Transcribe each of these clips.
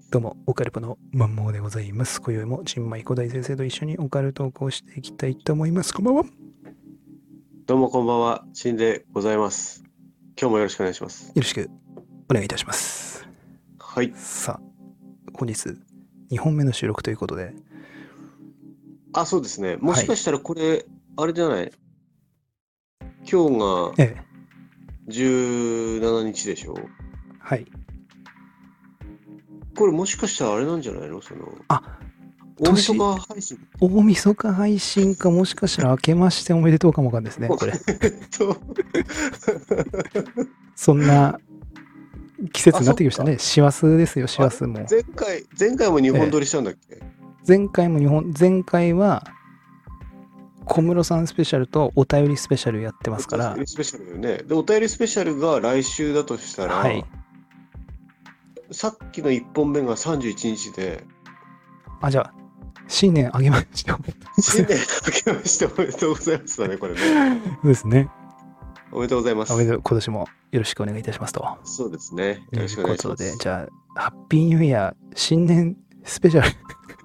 どうも、オカルポのマンモーでございます。今宵も新米古代先生と一緒にオカルトークをしていきたいと思います。こんばんは。よどうもこんばんは、しんでございます。今日もよろしくお願いします。 ろしくお願いいたします。 はい。 さあ、本日2本目の収録ということで、 あ、そうですね。もはい。 しかしたらこれ、あれじゃない？今日がええ、 17日でしょ？ はい。 これもしかしたらあれなんじゃないの？ あ、 大晦年、 日配信。 大晦日配信か、もしかしたら明けましておめでとうかもわかんないですね、これ。 とそんな季節あ、 になっそっか。 てきましたね。師走ですよ、師あれ走も。 前回も日本撮ええ、 りしたんだっけ？ 前回は小室さんスペシャルとお便りスペシャルやってまおすから、 便りスペシャルだよね。で、お便りスペシャルが来週だとしたら、 はい。 さっきの1本目が31日で、 あ、じゃあ、新年あげましておめでとうござい新年明けましておめでとうございますだね、これね。 ます。そうですね。 おめでとうございます。 今年もよろしくお願いいたしますとそうですね。よろいうしくお願ことで、 いします。 じゃあ、ハッピーニューイヤー新年スペシャル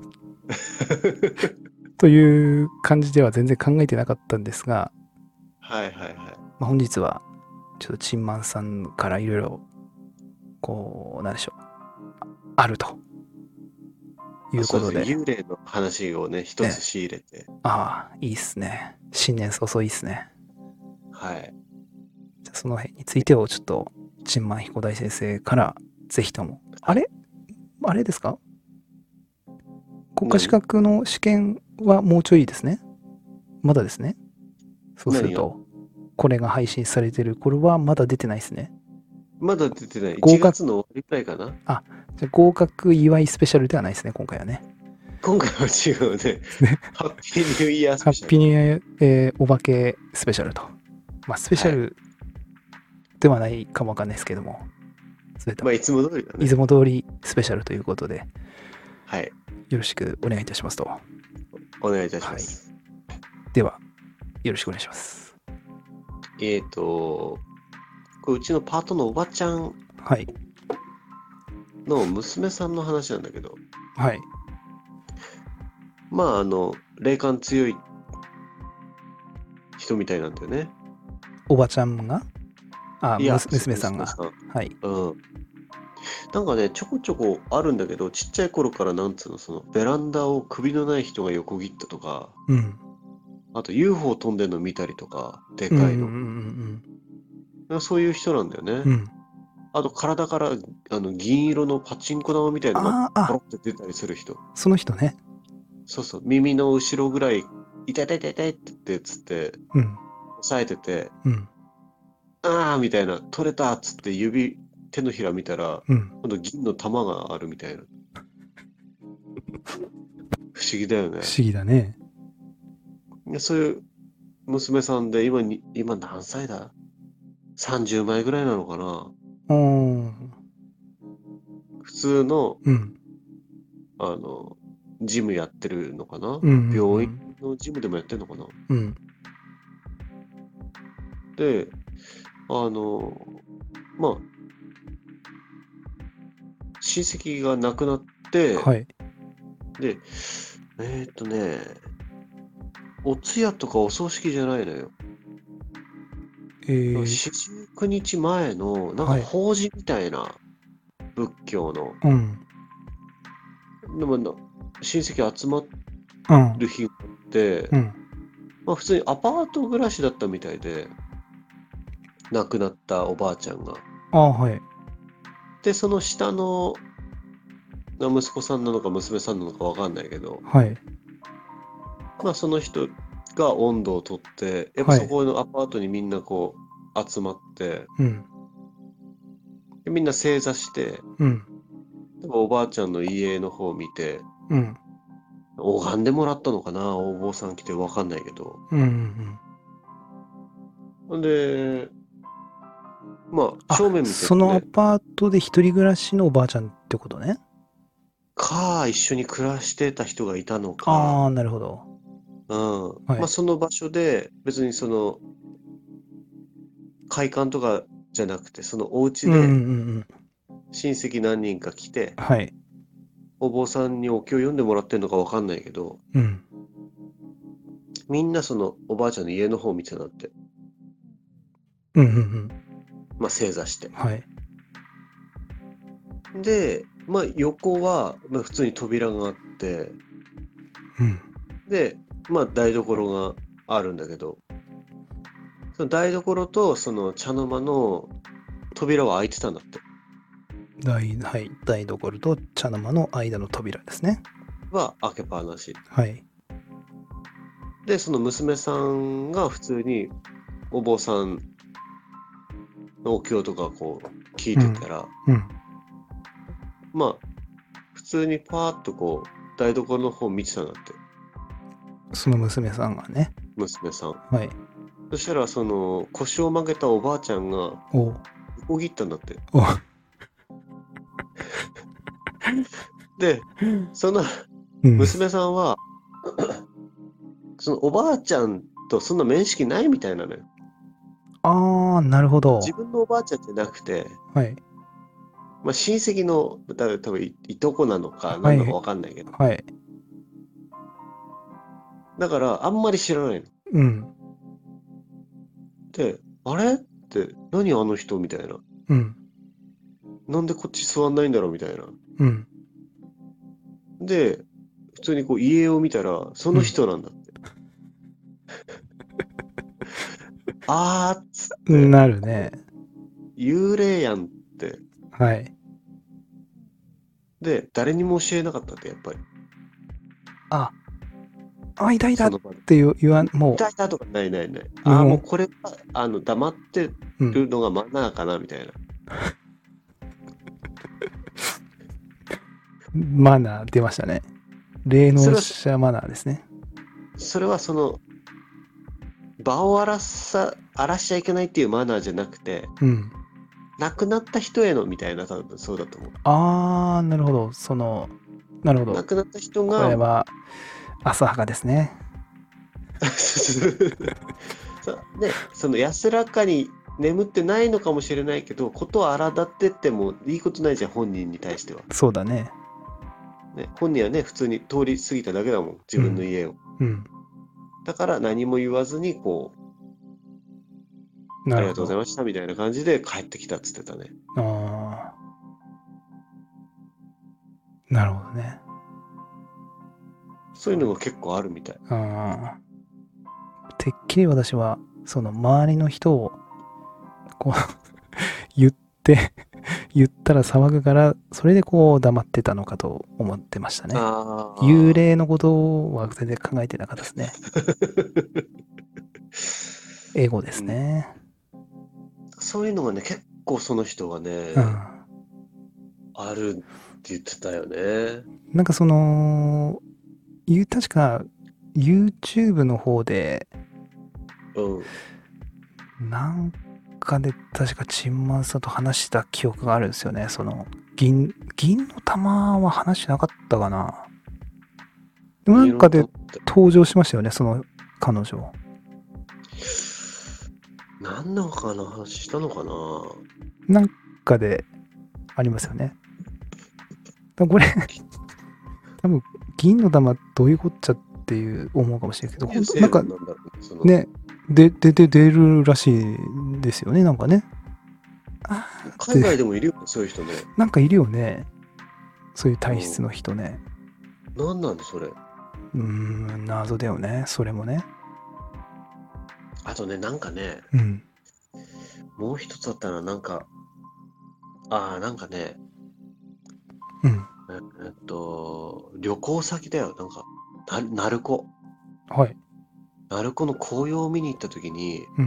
という感じでは全然考えてなかったんですが、 はいはいはい。 本日はちょっとチンマンさんからいろいろ、なんでしょう、あるといあ、そうですね。 うことで、 幽霊の話をね、一つえ、 仕入れて。 ああ、いいっすね。新年早々いいっすね。 はい。 じゃあその辺についてをちょっと、チンマン彦大先生からぜひとも、あはい。 れあれですか？国家資何格の試験はもうちょいですね。まだですね。そうする何がと、これが配信されてる頃はまだ出てないですね。 まだ出てない。1 合格、 月の終わりくらいかな。 あ、じゃあ合格祝いスペシャルではないですね、今回はね。 今回は違うね。 ですね。 ハッピーニューイヤースハッペシャル。 ピーニューイヤー、お化けスペシャルと。スペシはい。 ャルではないかもわかんないですけども、それとも、 まあ、いつも通りだいつね。 も通りスペシャルということで、 はい。 よろしくお願いいたしますと。 お願いいたしはい。 ます。 では、よろしくお願いします。 これうちのパートのおばちゃんはい。 の娘さんの話なんだけど、 はい。 まあ、霊感強い人みたいなんだよね。 おばちゃんが、 いや、 娘さんが。 息子さん。 はい。 うん。なんかね、ちょこちょこあるんだけど、ちっちゃい頃からなんつうの、ベランダを首のない人が横切ったとか、 うん。 あと UFO 飛んでるの見たりとか、でうんうんうかいの。 んそういう人なんだよね。 うんうん。うん。 あと体から銀色のパチンコ玉みたいなのがポあ、 ロって出たりする人。 その人ね。 そうそう、耳の後ろぐらい、痛い痛い痛い痛いって言ってつって、 うん。 押さえてて、 うん。 あーみたいな、取れたっつって手のひら見たら、 うん。 今度銀の玉があるみたいな。不思議だよね。 不思議だね。 そういう娘さんで、今何歳だ？ 30 枚ぐらいなのかな。 うーん。 普通の、 うん。 あの、ジムやってるのかな。 うんう病院んのジムでもやってるのかな。 うん。うん。 で、あの、まあ、親戚が亡くなって、 はい。 で、えーっとね、お通夜とかお葬式じゃないのよ。 ー、 四十九日前の、なんかはい。 法事みたいな仏教の、 うん。 でも親戚集まうん。 る日があって、 うん。 まあ普通にアパート暮らしだったみたいで、亡くなったおばあちゃんが。 はい。 で、その下の息子さんなのか娘さんなのかわかんないけど、 はい。 まあその人が温度をとって、やっぱはい。 そこのアパートにみんなこう集まって、 うん。 でみんな正座して、 うん。 でもおばあちゃんの家の方を見て、 うん。 拝んでもらったのかな、お坊さん来てわかんないけど。 うん。うん。 ほんで、まあ正あ、 面見てるそのアとね、 パートで一人暮らしのおばあちゃんってことね。 一緒に暮らしてた人がいたのか、 ああ、なるほど。 うん。まあはい。 その場所で別に会館とかじゃなくて、そのお家うんうんうでんうん。 親戚何人か来て、 はい。 お坊さんにお経を読んでもらってんのかわかんないけど、 うんみんなそのおばあちゃんの家の方を見てたんだって。 うんうんうん。 まあ正座して。 はい。 で、まあ横は、まあ、普通に扉があって、 うんで、まあ台所があるんだけど、その台所とその茶の間の扉は開いてたんだって。 はい、台所と茶の間の間の扉ですね。 は開けっぱなし。 はい。 で、その娘さんが普通にお坊さんのお経とかこう聞いてたら、 うんまあ普通にパーッとこう台所の方見てたんだって、 その娘さんがね。 娘さん。 はい。 そしたらその腰を曲げたおばあちゃんがお横切ったんだって。 おで、そのうん娘さんはそのおばあちゃんとそんな面識ないみたいなのよ。 ああ、なるほど。 自分のおばあちゃんじゃなくて、 はい。 まあ、親戚の多分いとこなのかはい。 何なのか分かんないけど、 はい。 だからあんまり知らないの。 うん。 で、あれって何あの人みたいな。 うん。 なんでこっち座んないんだろうみたいな。 うん。 で、普通にこう家を見たらその人なんだって。あーっつっうん。 て、 なるね。 幽霊やんって。 はい。 で、誰にも教えなかったって、やっぱり。 あ、あ、いたいたっその場で。 て言わん、も痛い痛いとかないないない。 う、 ああ、もうもこれは、黙ってう、うん。 るのがマナーかな、みたいな。 マナー出ましたね。霊能それは、 者マナーですね。 それはその、場を荒らしちゃいけないっていうマナーじゃなくて、 うん。 亡くなった人へのみたいな、多分そうだと思う。 あー、なるほど。なるほど。 亡くなった人こが、 れは、浅はかですね。 で、その安らかに眠ってないのかもしれないけど、ことを荒立ってってもいいことないじゃん、本人に対しては。 そうだね。 ね、本人はね、普通に通り過ぎただけだもん、自分の家を。 うん。 だから何も言わずに、こう、ありがとうございなるほど。 ましたみたいな感じで帰ってきたっつってたね。 あー、なるほどね。 そういうのが結構あるみたい。 あー、てっきり私は、その周りの人を、こう言って言ったら騒ぐから、それでこう黙ってたのかと思ってましたね。 あ幽あ。 霊のことは全然考えてなかったですね。エゴですうん、 ね。 そういうのがね、結構その人がね、 うん。 あるって言ってたよね。 なんか確か YouTube の方で、 うん。 なんかで確かチンマンさんと話した記憶があるんですよね。銀の玉は話してなかったかな。でもなんかで登場しましたよね、その彼女。 何のかな話したのかな。 なんかでありますよね。これ多分銀の玉どういうこっちゃっていう思うかもしれないけど、本当なんかね、出るらしいんですよね、なんかね。 海外でもいるよね、そういう人ね。 なんかいるよね。そういう体質の人ね。 何なんだそれ。 謎だよね、それもね。 あとね、なんかね、 うん。 もう一つあったな、なんかね、 うん。 旅行先だよ、なんか、鳴子。 はい。 鳴子の紅葉を見に行った時に、 うん。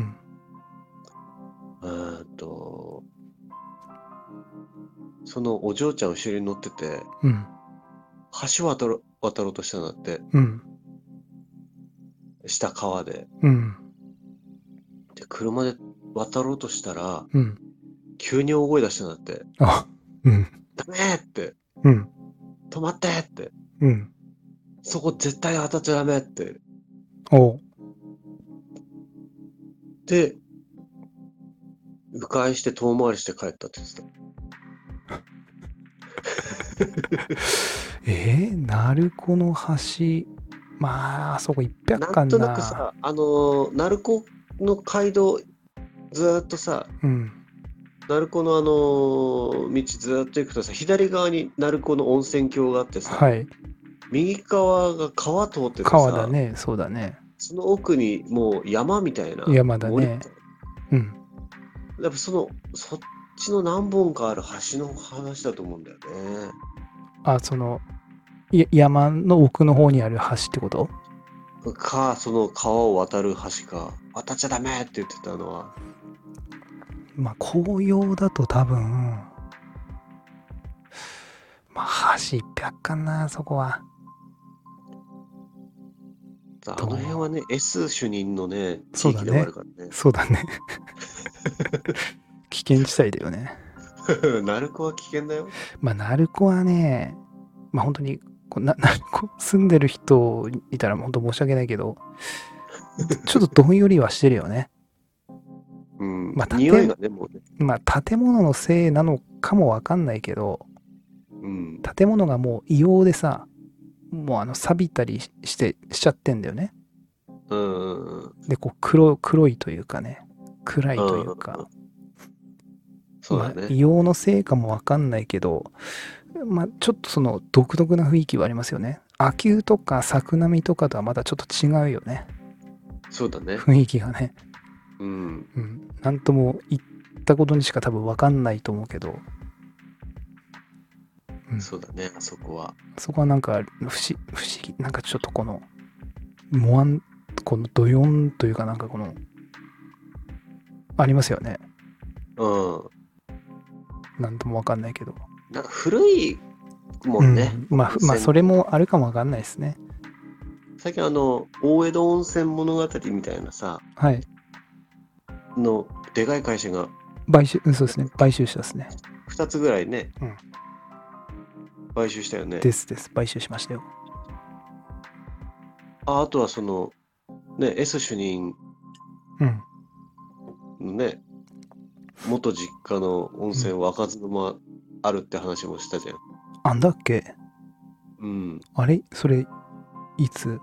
そのお嬢ちゃん後ろに乗ってて、 うん。 橋渡ろうとしたんだって、 うん。 下川で。 うん。 で、車で渡ろうとしたら、 うん。 急に大声出したんだって。 あ、うん。 ダメーって。 うん。 止まってって。 うん。 そこ絶対渡っちゃダメって。 おう。 で、迂回して遠回りして帰ったって言ってた。 鳴子の橋。まあ、あそこ800 なんとなかな。 くさ、鳴子の街道、ずーっとさ、 うん。 鳴子の道ずーっと行くとさ、左側に鳴子の温泉郷があってさ、 はい。 右側が川通っててさ、 川だね。そうだね。 その奥にもう山みたいな、 山だね。 森みたいうん。 な。やっぱそっちの何本かある橋の話だと思うんだよね。 あ、山の奥の方にある橋ってこと？ その川を渡る橋か。渡っちゃダメって言ってたのは。 まあ、紅葉だと多分、まあ、橋800かな、そこは。 あの辺はね、S 主任のね、地域でもあそうだね。 るからね。 そうだね。危険地帯だよね。 鳴子は危険だよ。 まあ、鳴子はね、まあ本当に、鳴子住んでる人いたら本当申し訳ないけど、ちょっとどんよりはしてるよね。 うん。 まあ、 匂いがね、もうね。 まあ、建物のせいなのかもわかんないけど、 うん。 建物がもう異様でさ、もう錆びたりしちゃってんだよね。 うんうんうん。 で、黒いというかね、暗いというか、まあ、 そうだね。 異様のせいかもわかんないけど、まあ、ちょっとその独特な雰囲気はありますよね。秋保とか作並とかとはまたちょっと違うよね。 そうだね。 雰囲気がね。 うん。 うん。なんとも言ったことにしか多分わかんないと思うけど、うん。 そうだね、あそこは。 そこはなんか不思議、なんかちょっともわん、このドヨンというかなんかありますよね。 うん。 なんともわかんないけど。 なんか古いもんね。 うん。まあ、それもあるかもわかんないですね。 最近大江戸温泉物語みたいなさ、 はい。 でかい会社がそうですね。買収したですね。 2つぐらいね、 うん。 買収したよね。 です。買収しましたよ。 あとはね、S 主任うん。 のね、元実家の温うん。 泉は開かずの間あるって話もしたじゃん。 あんだっけ？ うん。 あれそれ、いつ？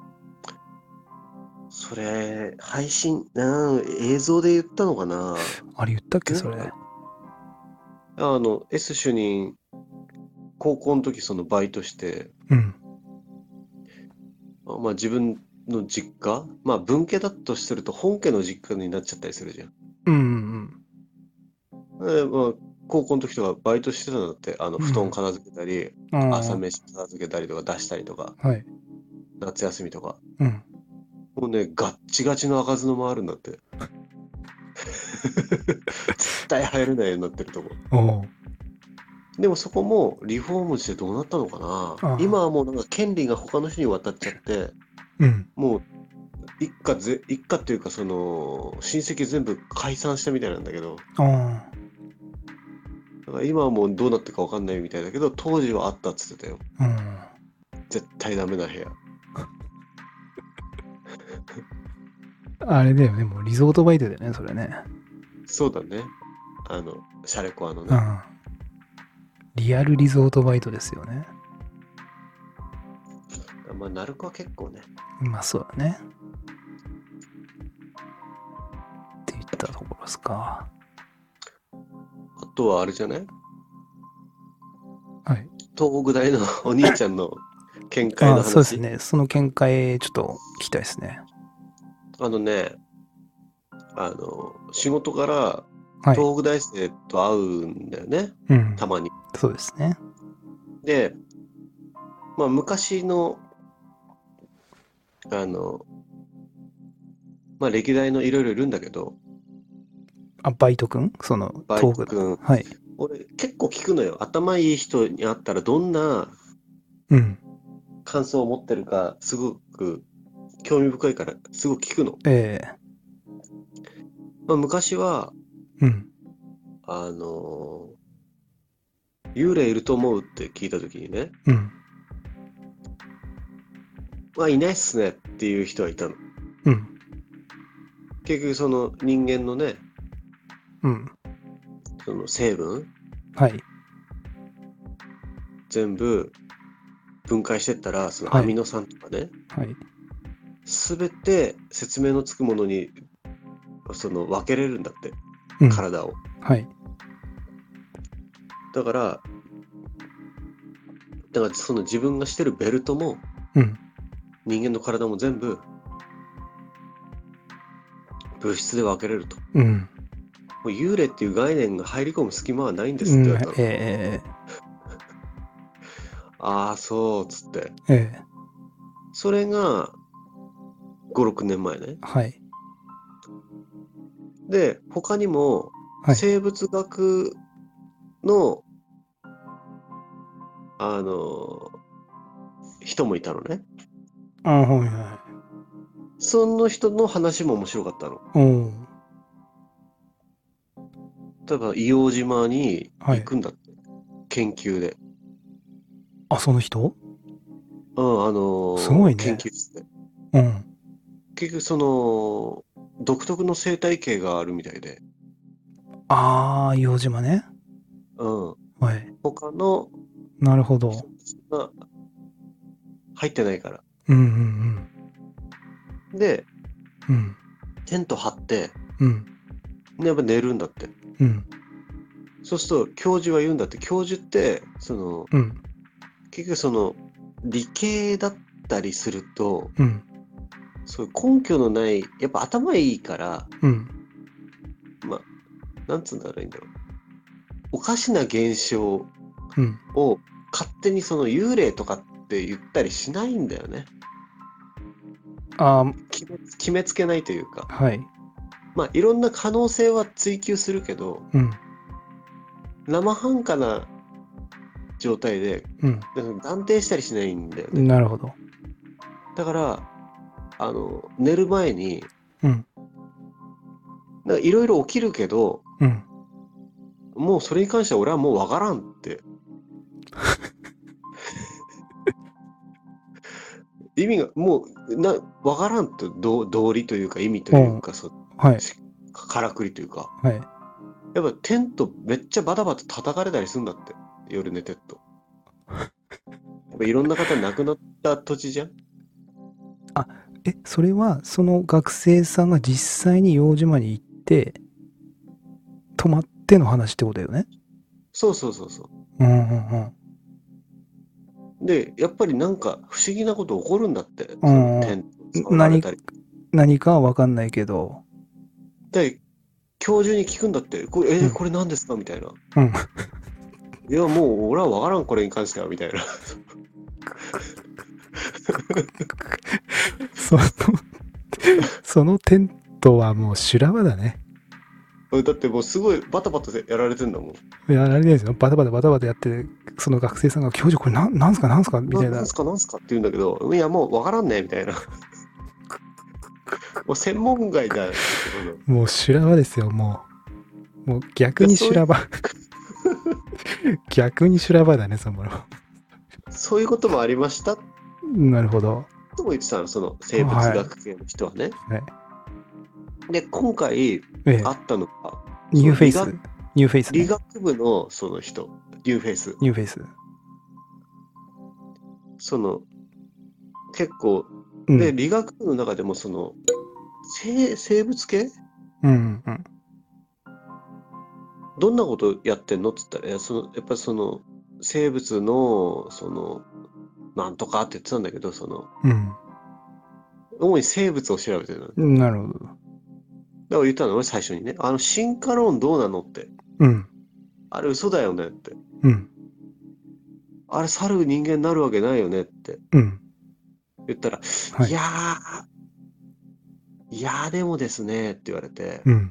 それ、映像で言ったのかな。 あれ言ったっけね、 それ。 S 主任、高校の時バイトして、 うん。 まあ自分の実家、まあ分家だとすると本家の実家になっちゃったりするじゃん。 うんうんまあ、高校の時とかバイトしてたんだって、 うん。 布団片付けたり、 うん。あ朝飯片付けたりとか出したりとか、 あ、はい。 夏休みとか。 うん。 もうね、ガッチガチの開かずの間あるんだって。絶対入れないようになってるとこ。 おう。 でもそこもリフォームしてどうなったのかな。 ああ、 今はもうなんか権利が他の人に渡っちゃって、 うん。 もう一家っていうか親戚全部解散したみたいなんだけど、 ああ、 だから今はもうどうなってるかわかんないみたいだけど、当時はあったっつってたよ。 うん。 絶対ダメな部屋。 あれだよね。もうリゾートバイトだよね、それね。 そうだね。シャレコアのね。 うん。リアルリゾートバイトですよね。 まあ、鳴子は結構ね。 まあそうだね。って言ったところですか。 あとはあれじゃない？ はい。 東北大のお兄ちゃんの見解の話。 そうですね。その見解、ちょっと聞きたいですね。 ね、仕事からはい。 東北大生と会うんだよね。 うん。 たまに。 そうですね。 で、まあ昔の、まあ歴代のいろいろいるんだけど、 あ、バイト君バイ東北。 ト君、 はい。 俺結構聞くのよ。頭いい人に会ったらどんなうん。 感想を持ってるか、すごく興味深いからすごく聞くの。 えまあ、昔は、 うん。 幽霊いると思うって聞いたときにね、 うん。 まあいないっすねっていう人はいたの。 うん。 結局人間のね、 うん。 成分、 はい。 全部分解してったら、そのはいアミノ酸とかね、 はい。 すべて説明のつくものにその分けれるんだって、 うん。 体を。 はい。 だからその自分がしてるベルトもうん。 人間の体も全部物質で分けれると。 うん。 もう幽霊っていう概念が入り込む隙間はないんですうん。 って言われたの。 えああ、そうっつって。 えそれが5、6年前ね。 はい。 で、他にもはい。 生物学の、あの人もいたのね。 あ、はいはその人の話も面白かったの。 い。おー。 例えば硫黄島にはい。 行くんだって。研究で。 あ、その人うん、 すごい研ね。 究室で。 うん。 結局その、独特の生態系があるみたいで。 ああ、硫黄島ね。 うん。 はい。 他のなるほど。 人が入ってないから。 うんうんで、 うん。うん。 テント張って、 うん。 やっぱ寝るんだって。 うん。 そうすると、教授は言うんだって、教授って、 うん。 結局理系だったりすると、 うん。 そういう根拠のない、やっぱ頭いいから、 うん。 まあ、なんつうんだろういいんだろう。おかしな現象うん。 を勝手にその幽霊とかって言ったりしないんだよね。 ああ、 決めつけないというか。 はい。 まあ、いろんな可能性は追求するけど、 うん。 生半可な状態でうん。 断定したりしないんだよね。 なるほど。 だから、寝る前に、 うん。 いろいろ起きるけど、 うん。 もうそれに関しては俺はもうわからんって。意味が、もう、わからんと道理というか意味というか、 はい。 からくりというか。 はい。 やっぱテントめっちゃバタバタ叩かれたりするんだって。夜寝てると。やっぱいろんな方亡くなった土地じゃん。 それは、その学生さんが実際に硫黄島に行って、泊まっての話ってことだよね。 そうそうそうそうんうんう。で、やっぱりなんか不思議なこと起こるんだって。 うん。 テント触られたり。 何かはわかんないけど。 で、教授に聞くんだって。これ、 うん。 これ何ですかみたいな。 うん。 いや、もう俺はわからん、これに関しては、みたいな。 その、そのテントはもう修羅場だね。 だってもうすごいバタバタでやられてんだもん。 いや、あれですよ。バタバタバタバタやって、その学生さんが、教授これなんすかなんすかみたいな。 なんすかって言うんだけど、いや、もうわからんね、みたいな。もう専門外だよ。 もう修羅場ですよ、もう。もう逆に修羅場。逆に修羅場だね、その。 そういうこともありましたなるほど。 とも言ってたの、その生物学系の人はね。 はい。 で、今回ええあったのが、 ニューフェイス。ニューフェイス、ね。 理学部のその人、ニューフェイス。 ニューフェイス。 結構、 うん、 で、理学部の中でも生物系うんうん。 どんなことやってんのって言ったら、やっぱり生物の、なんとかって言ってたんだけど、 うん。 主に生物を調べてるの。だかなるほど。 ら言ったの俺最初にね、進化論どうなのって。 うん。 あれ嘘だよねって。 うん。 あれ猿人間になるわけないよねってうん。 言ったら、 はい。 いやーでもですねって言われて、 うん。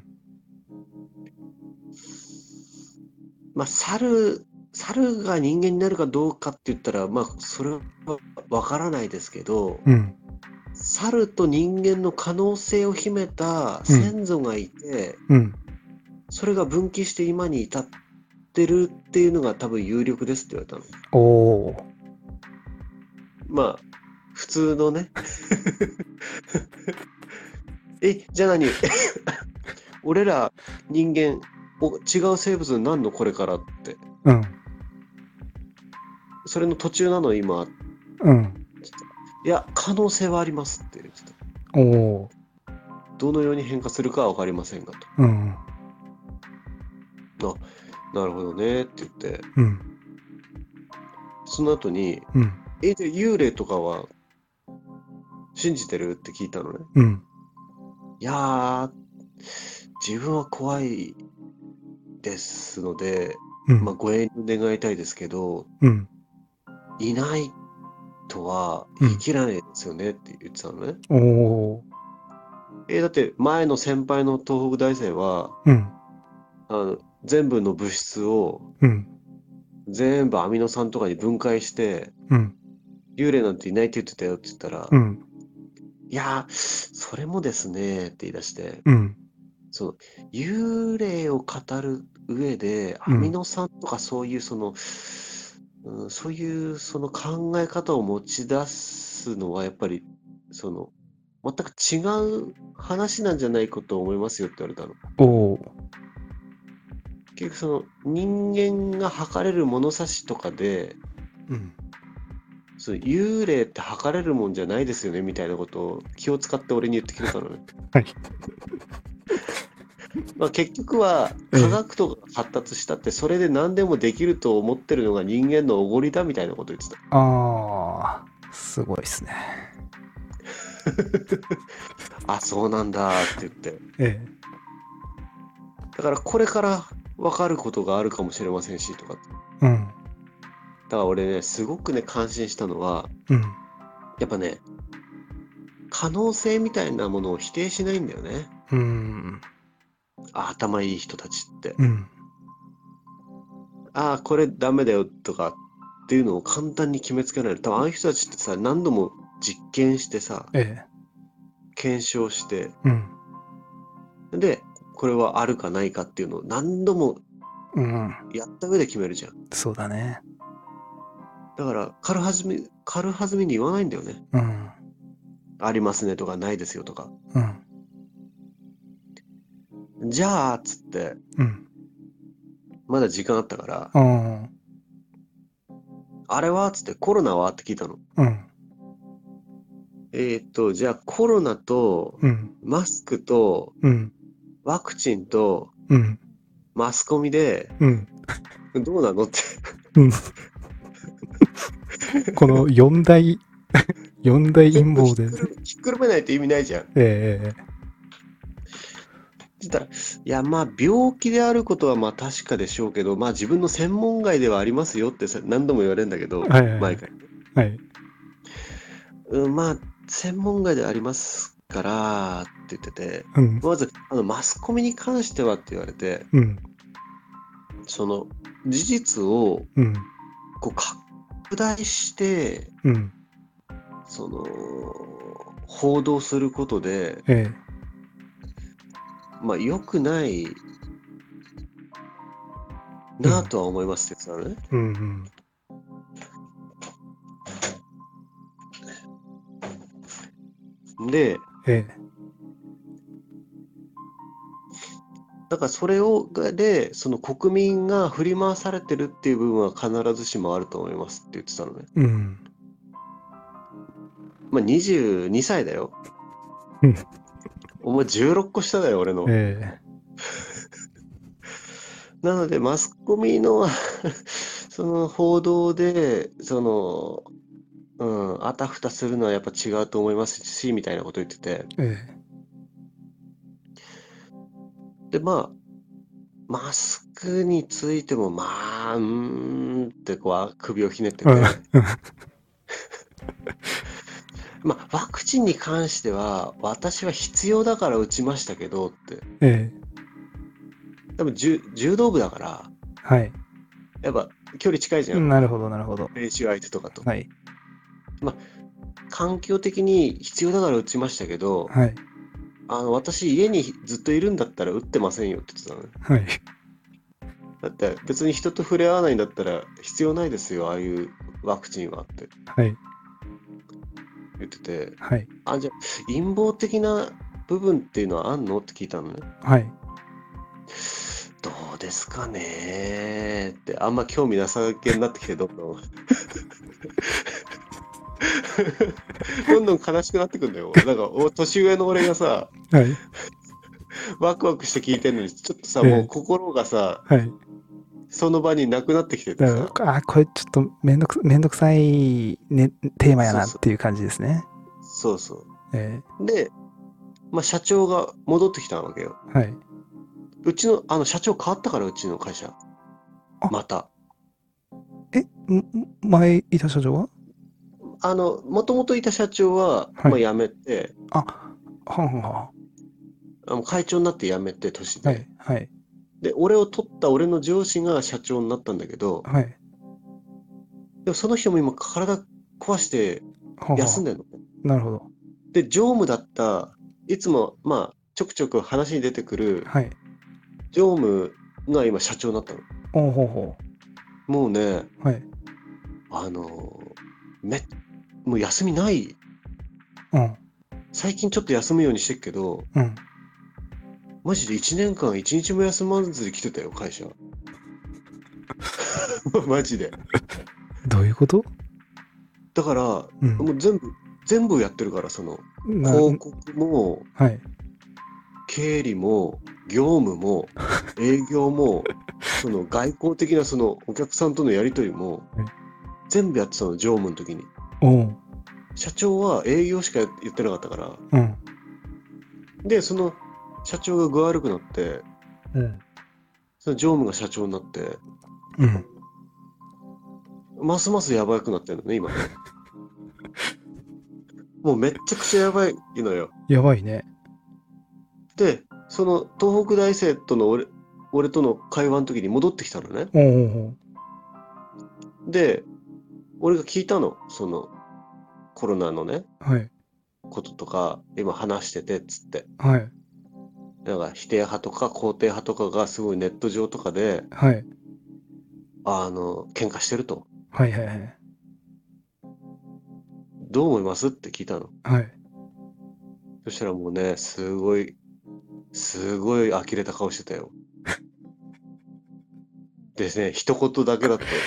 まあ猿が人間になるかどうかって言ったら、まあそれはわからないですけど、 うん。 猿と人間の可能性を秘めた先祖がいて、 うん。 それが分岐して今に至ってるっていうのが多分有力ですって言われたの。 おー。 まあ普通のねじゃあ何俺ら人間違う生物になんのこれからって。 うん。 それの途中なの今っうん。 いや、可能性はありますって言ってた。 おお。 どのように変化するかは分かりませんがと。 うん。 あ、なるほどねって言って、 うん。 その後に、 うん。 で、幽霊とかは信じてるって聞いたのね。 うん。 いやー、自分は怖いですので、まあ、 うん。 ご遠慮願いたいですけど、 うん。 いないとはうん。 言い切らないですよねって言ってたのね。 おお。 だって前の先輩の東北大生は、 うん。 全部の物質をうん。 全部アミノ酸とかに分解して、 うん。 幽霊なんていないって言ってたよって言ったら、 うん。 いやー、それもですねって言い出して、 うん。 その幽霊を語る上で、 うん。 アミノ酸とかそういうそういうその考え方を持ち出すのはやっぱり、その、全く違う話なんじゃないかと思いますよって言われたの。 おお。 結局その人間が測れる物差しとかで、 うん。 その幽霊って測れるもんじゃないですよねみたいなことを気を使って俺に言ってくれたのね。 はい。 まあ結局は科ええ。 学とか発達したってそれで何でもできると思ってるのが人間のおごりだみたいなこと言ってた。 ああ、すごいですね。 あ、そうなんだって言って。 ええ。 だからこれから分かることがあるかもしれませんしとかって。 うん。 だから俺ね、すごくね、感心したのは、 うん。 やっぱね、可能性みたいなものを否定しないんだよね。 うん。 頭いい人たちって。 うん。 ああ、これダメだよとかっていうのを簡単に決めつけない。多分ああいう人たちってさ、何度も実験してさ、 ええ。 検証して、 うん。 で、これはあるかないかっていうのを何度もうん。 やった上で決めるじゃん。 そうだね。 だから軽はずみに言わないんだよね。 うん。 ありますねとかないですよとか。 うん。 じゃあ、つって、 うん。 まだ時間あったから、 うん。 あれはつってコロナはって聞いたの。 うん。 じゃあコロナとうん。 マスクとうん。 ワクチンとうん。 マスコミでうん。 どうなのって。 うん。この四大、四大陰謀で。 ひっくるめないと意味ないじゃん。 ええ。 そしたら、いや、まあ、病気であることはまあ確かでしょうけど、まあ自分の専門外ではありますよってさ何度も言われるんだけど、 はいはいはい。 毎回。 はい。 まあ、専門外でありますからって言ってて、 うん。 まず、マスコミに関してはって言われて、 うん。 その、事実をうん。 こう拡大して、 うん。 その、報道することで、 ええ。 まあ、良くないなとは思いますって言ってたのね。 うん。うん。 で、 ええ。 だからそれその国民が振り回されてるっていう部分は必ずしもあると思いますって言ってたのね。 うん。 まあ、22歳だよ。 うん。 お前16個下だよ、俺の。 ええ。 なので、マスコミのその報道で、あたふたするのはやっぱ違うと思いますし、みたいなこと言ってて。 ええ。 で、まあ、マスクについても、まあ、ってこう首をひねってて。まあ、ワクチンに関しては、私は必要だから打ちましたけどって。 ええ。 多分柔道部だから、 はい。 やっぱ距離近いじゃん。 なるほど、なるほど。 練習相手とかと。 はい。 まあ、環境的に必要だから打ちましたけど、 はい。 私家にずっといるんだったら打ってませんよって言ってたのね。 はい。 だって別に人と触れ合わないんだったら必要ないですよ、ああいうワクチンはってはい。 言ってて、 はい。 じゃあ陰謀的な部分っていうのはあんのって聞いたのね。 はい。 どうですかねって、あんま興味なさげになってきて、どんどん。 どんどん悲しくなってくんだよ。なんか年上の俺がさ、 はい。 ワクワクして聞いてるのに、ちょっとさ、 ええもう心がさ、 はい。 その場になくなってきててさ、 だから、これちょっとめんどくさい、ね、テーマやそうそう、 なっていう感じですね。 そうそえう。で、まあ、社長が戻ってきたわけよ。 はい。 うちの、社長変わったから、うちの会社。 あ、 また。 前いた社長はもともといた社長は、 はい。 まあ、辞めて、 あ、はんはんは会長になって辞めて、年ん。はい。 で。 はい。 で、俺を取った俺の上司が社長になったんだけど、 はい。 でもその人も今体壊してはんは休んでるのね。 ん。なるほど。 で、常務だった、いつも、まあ、ちょくちょく話に出てくるはい。 常務が今社長になったの。 おうほうほもうね、 う。はい。 あのめ、もう休みない。 うん。 最近ちょっと休むようにしてるけど、 うん。 マジで1年間1日も休まずに来てたよ、会社。マジで。 どういうこと？ だから、 うん。 もう全部やってるから、その、 な、 広告も、 はい。 経理も、業務も、営業も、その外交的なそのお客さんとのやり取りも、 はい全部やってたの、常務の時に。 おう。 社長は営業しか言ってなかったから。 うん。 で、その社長が具悪くなって、 うん。 その常務が社長になって、 うん。 ますますやばくなってるのね、今ね。もうめっちゃくちゃやばいのよ。 やばいね。 で、その東北大生との俺との会話の時に戻ってきたのね。 おうおうおう。 で、俺が聞いたの。そのコロナのね、 はい。 こととか、今話してて、っつって。 はい。 なんか否定派とか肯定派とかがすごいネット上とかで、 はい。 喧嘩してると。 はいはいはい。 どう思いますって聞いたの。 はい。 そしたらもうね、すごい呆れた顔してたよ。でね、一言だけだったよ。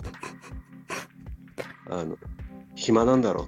あの、暇なんだろうって。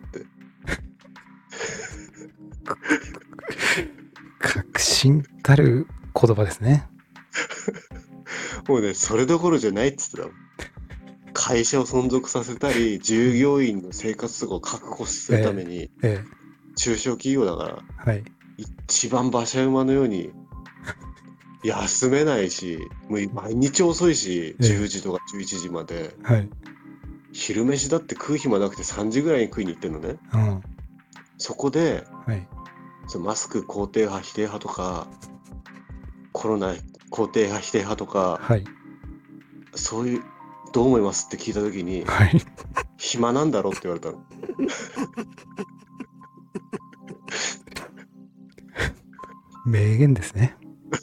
確信たる言葉ですね。 もうね、それどころじゃないっつってたもん。会社を存続させたり、従業員の生活とかを確保するためえに、 え、ええ、 中小企業だから、 はい。 一番馬車馬のように休めないし、もう毎日遅いし、10 ええ、 時とか11時まで。 はい。 昼飯だって食う暇なくて3時ぐらいに食いに行ってんのね。 うん。 そこで、 はい。 そのマスク肯定派、否定派とか、コロナ肯定派、否定派とか、 はい。 そういう、どう思いますって聞いたときに、 はい。 暇なんだろって言われたの。 名言ですね。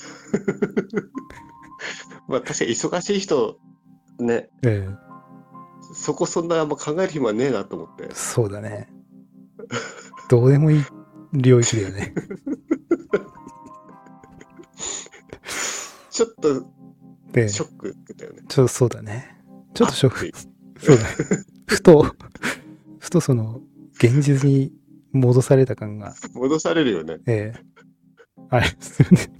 まあ確かに忙しい人、ね、 ええ、 そこそんなあんま考える暇ねえなと思って。 そうだね。どうでもいい領域だよね。 ちょっとで、 ショック受けたよね。 そうだね。ちょっあとって。 そうだね。ふとその、現実に戻された感が、 戻されるよね。 ええ、あれですよね。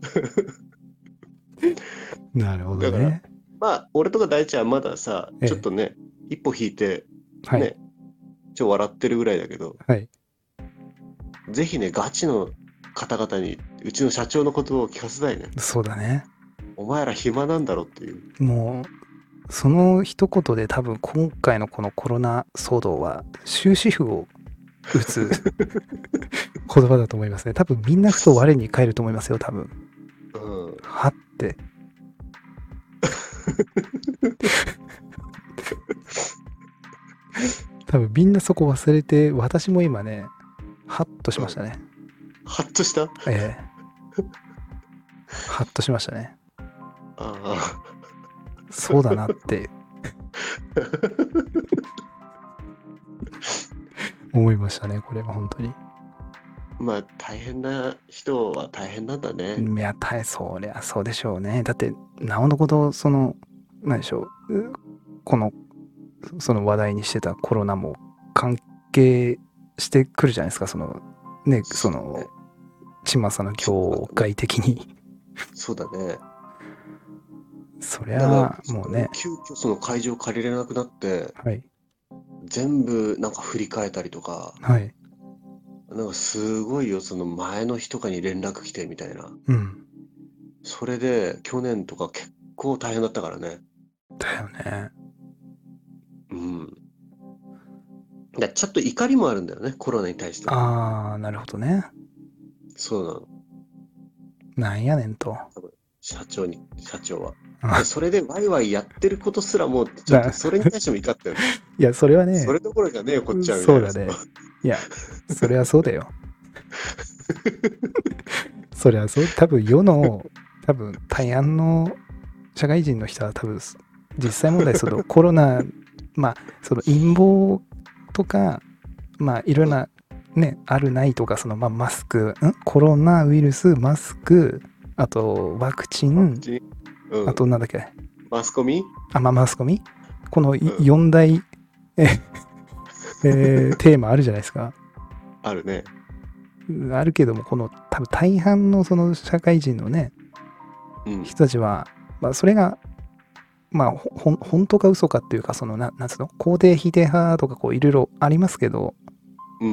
なるほどだから、 ね。 まあ、俺とか大ちゃんはまださ、 ええ、 ちょっとね、一歩引いて、 はい。 ね、笑ってるぐらいだけど、 はい。 ぜひね、ガチの方々に、うちの社長の言葉を聞かせたいね。 そうだね。 お前ら暇なんだろっていう。 もう、その一言で多分今回のこのコロナ騒動は終止符を打つ言葉だと思いますね。多分みんなふと我に返ると思いますよ、多分。 うん。 はって。多分みんなそこ忘れて、私も今ね、ハッとしうん。 ましたね。 ハッとした。 ええ、ハッとしましたね。 ああ。 そうだなって思いましたね、これは本当に。 まあ、大変な人は大変なんだね。 いや、そりゃそうでしょうね。だって、なおのこと、その、何でしょう、この、その話題にしてたコロナも関係してくるじゃないですか、そのね、そそうのね。 嶋佐の業界的に。 そうだね。 そりだから、 ゃもうね、 急遽その会場借りれなくなって、 はい全部なんか振り替えたりとか、 はいなんかすごいよ、その前の日とかに連絡来てみたいな。 うんそれで去年とか結構大変だったからね。 だよね。 うん。ちょっと怒りもあるんだよね、コロナに対しての。 ああ、なるほどね。 そうなの。 なんやねんと。 多分社長は。 あそれでワイワイやってることすらもう、ちょっとだそれに対しても怒ったよね。 いや、それはね、 それどころじゃねえよ、こっちは、みたいな。 そうだね。いや、それはそうだよ。そりゃそう、多分多分大半の社会人の人は多分、実際問題、そのコロナ、まあ、その陰謀とか、まあ、いろんな、ね、あるないとか、その、まあ、マスク、コロナウイルス、マスク、あと、ワクチン、 うん。 あと、なんだっけ、 マスコミまあ、マスコミ、このうん。 4大、テーマあるじゃないですか。 あるね。 あるけども、この多分大半のその社会人のね、 うん。 人たちは、まあ、それが、まあ、本当か嘘かっていうか、その、なんつうの、肯定否定派とか、こう、いろいろありますけど、 うん。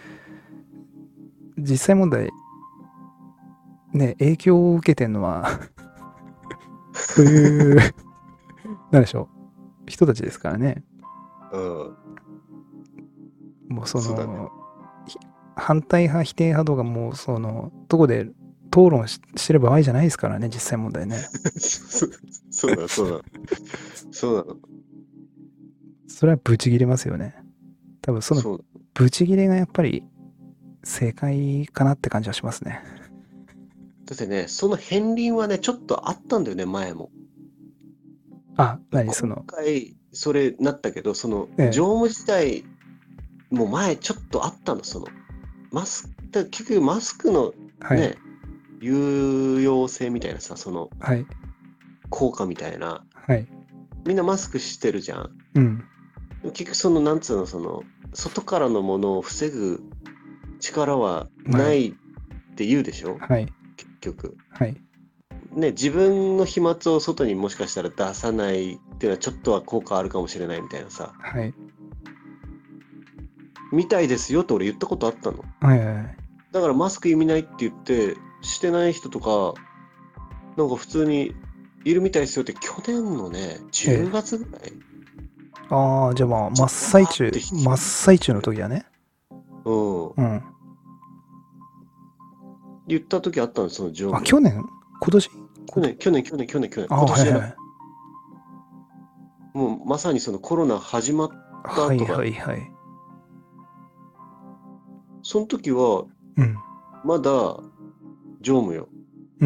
実際問題、ね、影響を受けてるのはそういう、なんでしょう、人たちですからね。 うん。 もうそそうだね。 の、反対派、否定派とかもう、その、どこで討論してる場合じゃないですからね、実際問題ね。 そうなの、そうなの。そうなの。 それはブチ切れますよね。多分そのそうなの。 ブチ切れがやっぱり正解かなって感じはしますね。 だってね、その片鱗はね、ちょっとあったんだよね、前も。 そ今の、 回、それなったけど、その、 ええ、 常務自体も前ちょっとあったの、その、結局マスクのはい、 ね、有用性みたいなさ、その、 はい、 効果みたいな、 はい、 みんなマスクしてるじゃん。 うん、 結局その、なんつうの、その、外からのものを防ぐ力ははい、 ないって言うでしょはい、 結局。 はい、 ね、自分の飛沫を外にもしかしたら出さないっていうのはちょっとは効果あるかもしれないみたいなさ、 はい、 みたいですよって俺言ったことあったの。 はい、はい。 だからマスク意味ないって言って、してない人とか、なんか普通にいるみたいですよって去年のね、10 ええ。 月ぐらいああ、じゃあまあ、 ちょっとわーって真っ最中の時だね。 うん。 うん。 言った時あったんです、その常務に。 去年今年今はい、 年じゃない。 はい。 もうまさにそのコロナ始まったはい、 後だ。 はい、はい。 その時はうん、 まだ常務よ。 うん。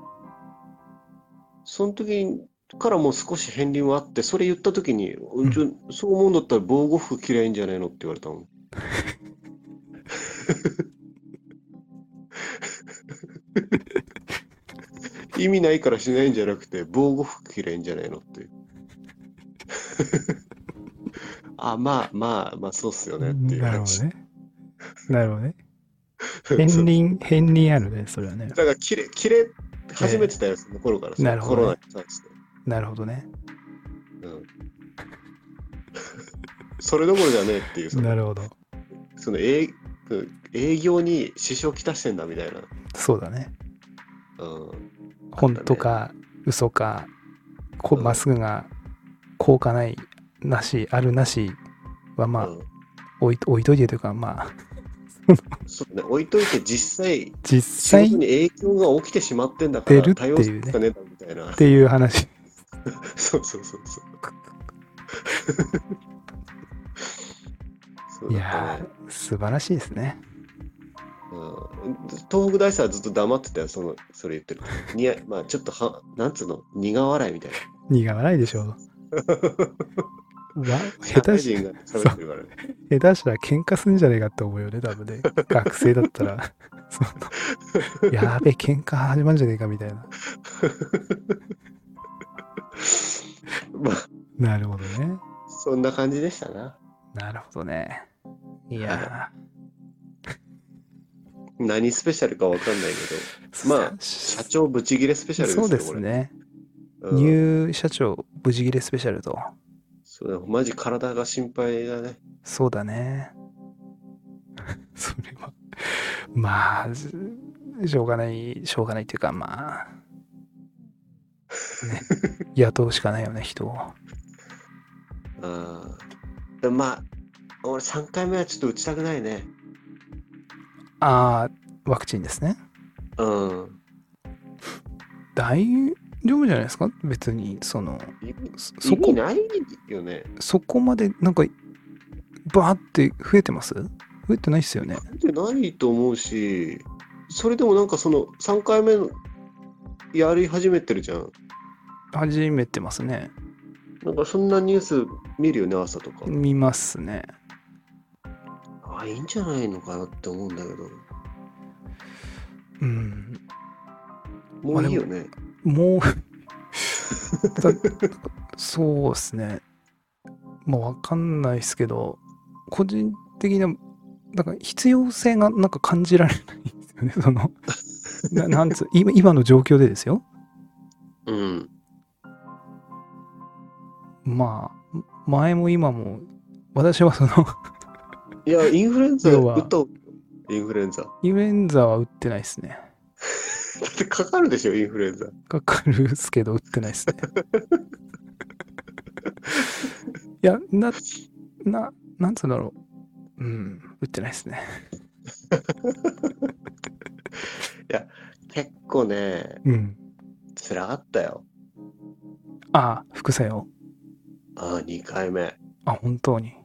その時からもう少し片鱗はあって、それ言った時に、 うん。 そう思うんだったら防護服着りゃいいんじゃないのって言われたもん。意味ないからしないんじゃなくて、防護服着りゃいいんじゃないのって。まあ、そうっすよねっていう話。 なるほどね。なるほどね。 そうそう。 片鱗あるね、それはね。 だから切れ始めえてたよ、その頃から、 え、 そのコロナになるほどね。 関して。 なるほどね。 うん。それどころじゃねえっていう、 なるほど。 その営業に支障をきたしてんだみたいな。 そうだね。 うん。あっ本たね。 当か嘘か、まっうん。 すぐが効果ない、なし、あるなしはまあうん。 置いといてというか、まあ、 そうね、置いといて実際、 実仕事際に影響が起きてしまってんだから出るっ対応するていうね、 しかねえだろみたいな。 っていう話。 そうそうそうそう。そういだったね。 やー、素晴らしいですね。 うん、東北大生はずっと黙ってたよ、それ言ってる時。まあちょっとなんつうの、苦笑いみたいな。 苦笑いでしょう。下社手し、 会人が喋そう、 ってるからね。 下手したら喧嘩すんじゃねえかって思うよね、多分ね。学生だったら、その、やべえ、喧嘩始まんじゃねえかみたいな。 まあ、 なるほどね。 そんな感じでしたな。 なるほどね。 いや何スペシャルかわかんないけど、まあ、社長ブチギレスペシャルですよ、 そうですね。 これ。 ニうん。 ュー社長、無事切れスペシャルと。 そうだ、マジ体が心配だね。 そうだね。それは、まあ、しょうがない、しょうがないっていうか、まあ、ね、雇うしかないよね、人を。 うん。でもまあ、俺3回目はちょっと打ちたくないね。 ああ、ワクチンですね。 うん。 大丈夫じゃないですか別に、 意味ないよね。 そこまで、なんか、バーって増えてます？増えてないっすよね。 増えてないと思うし、それでもなんかその3回目のやり始めてるじゃん。 始めてますね。 なんかそんなニュース見るよね、朝とか。 見ますね。 あ、いいんじゃないのかなって思うんだけど。 うん。 もういいよね。 もうだそうですね。まあ、わかんないですけど、個人的な、なんか必要性がなんか感じられないんですよね。なんつう、今の状況でですよ。 うん。 まあ、前も今も、私はいや、インフルエンザ要は打ったインフルエンザ。だインフルエンザは打ってないですね。 ってかかるでしょ、インフルエンザ。 かかるっすけど、打ってないですね。いや、なんつうんだろう。うん、打ってないですね。 いや、結構ね、 うん。 辛かったよ。 ああ、副作用。 ああ、2回目。 あ、本当に。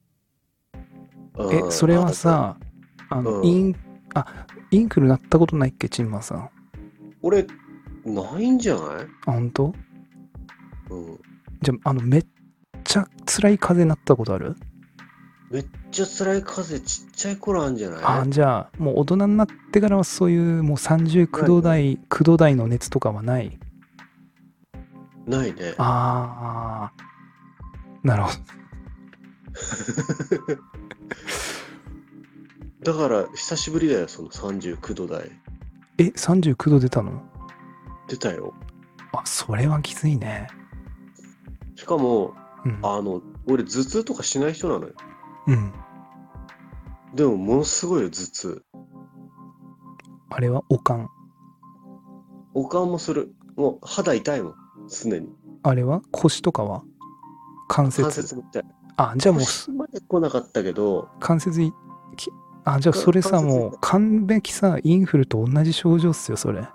うん。 それはさ、 うん。 インフルなったことないっけ、チンマンさん。 俺、ないんじゃない？ あ、本当？ うん。 じゃあ、めっちゃ辛い風邪なったことある？ めっちゃ辛い風邪ちっちゃい頃あんじゃない？ あ、じゃあ、もう大人になってからはそういうもう39度ない台、9度台の熱とかはない？ ないね。 ああ、なるほど。 だから久しぶりだよ、その39度台。 39度出たの？ 出たよ。 あ、それはきついね。 しかも、 うん。 俺頭痛とかしない人なのよ。 うん。 でもものすごいよ、頭痛。 あれはおかん。 おかんもする。もう肌痛いもん、常に。 あれは腰とかは関関節。 節も痛い。 あ、じゃあもう腰まで来なかったけど、 関節い、きあ、じゃあそれさ、もう関節痛い。 完璧さ、インフルと同じ症状っすよ、それ。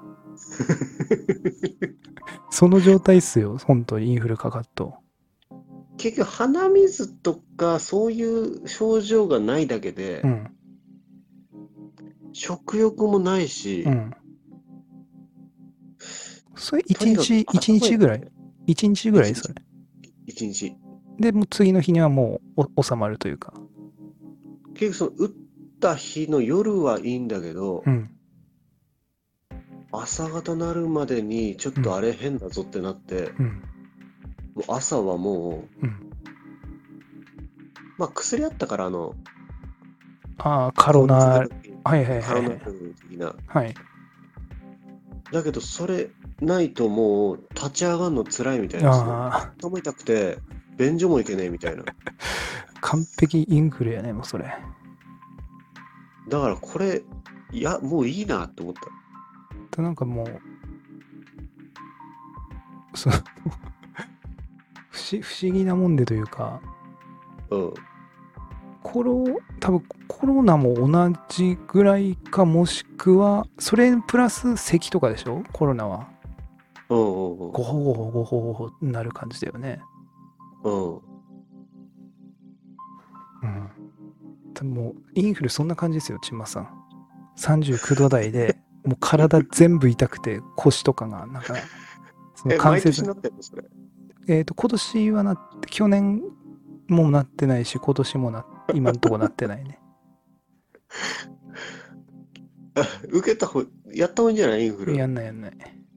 その状態っすよ、本当にインフルかかっと。 結局鼻水とかそういう症状がないだけで、 うん。 食欲もないし、 うん。それとにかく一頭痛い日ぐらい？一日ぐらいそれ。 一日。 で、もう次の日にはもう収まるというか。 結局その打った日の夜はいいんだけど、 うん。 朝方なるまでにちょっうん。 とあれ変だぞってなって、 うん。 もう朝はもう、 うん。 まあ薬あったからああ、カロ高熱出ナー、 た時に、 はいはいカはいはい。 ロナール的な。 はい。 だけどそれないともう立ち上がるの辛いみたいな、そのああ、 頭痛くて便所も行けねえみたいな。 完璧インフルやね、もうそれ。 だからこれ、いや、もういいなって思った。 なんかもう、その不思議なもんでというか、 うん。 多分コロナも同じぐらいか、もしくは、それプラス咳とかでしょコロナは。 うんうんごほごほごほごほなる感じだよね。 うん。うん。 うん。多分もう、インフルそんな感じですよ、ちんまさん。39度台で、もう体全部痛くて、腰とかが、なんか、その関毎年節、 なってんのそれ。 今年は去年もなってないし、今年も今んとこなってないね。 受けた方、やった方がいいんじゃないインフル。 やんないやんない。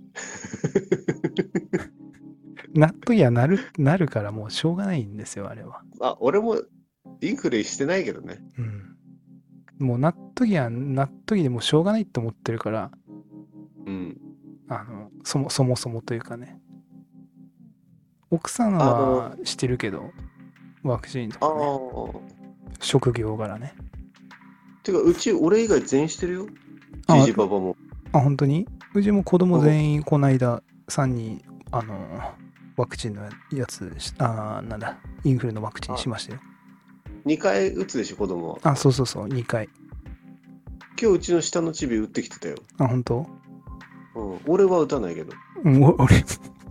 なっとやなるからもうしょうがないんですよ、あれは。 あ、俺もインフルしてないけどね。 うん。 もう納得でもうしょうがないと思ってるから、 うん。 そもそもというかね。奥さんあの、 はしてるけど、ワクチンとあかね。 あ。 職業柄ね。 てか、俺以外全員してるよ。ジあ、 ジババも。 本当にうちも子供うん。 全員こないだ3人、ワクチンのやつ、なんだ、インフルのワクチンあ、 しましたよ。 2回打つでしょ、子供は。 そうそうそう、2回。 今日うちの下のチビ打ってきてたよ。 本当？ うん。俺は打たないけど。 うん、俺、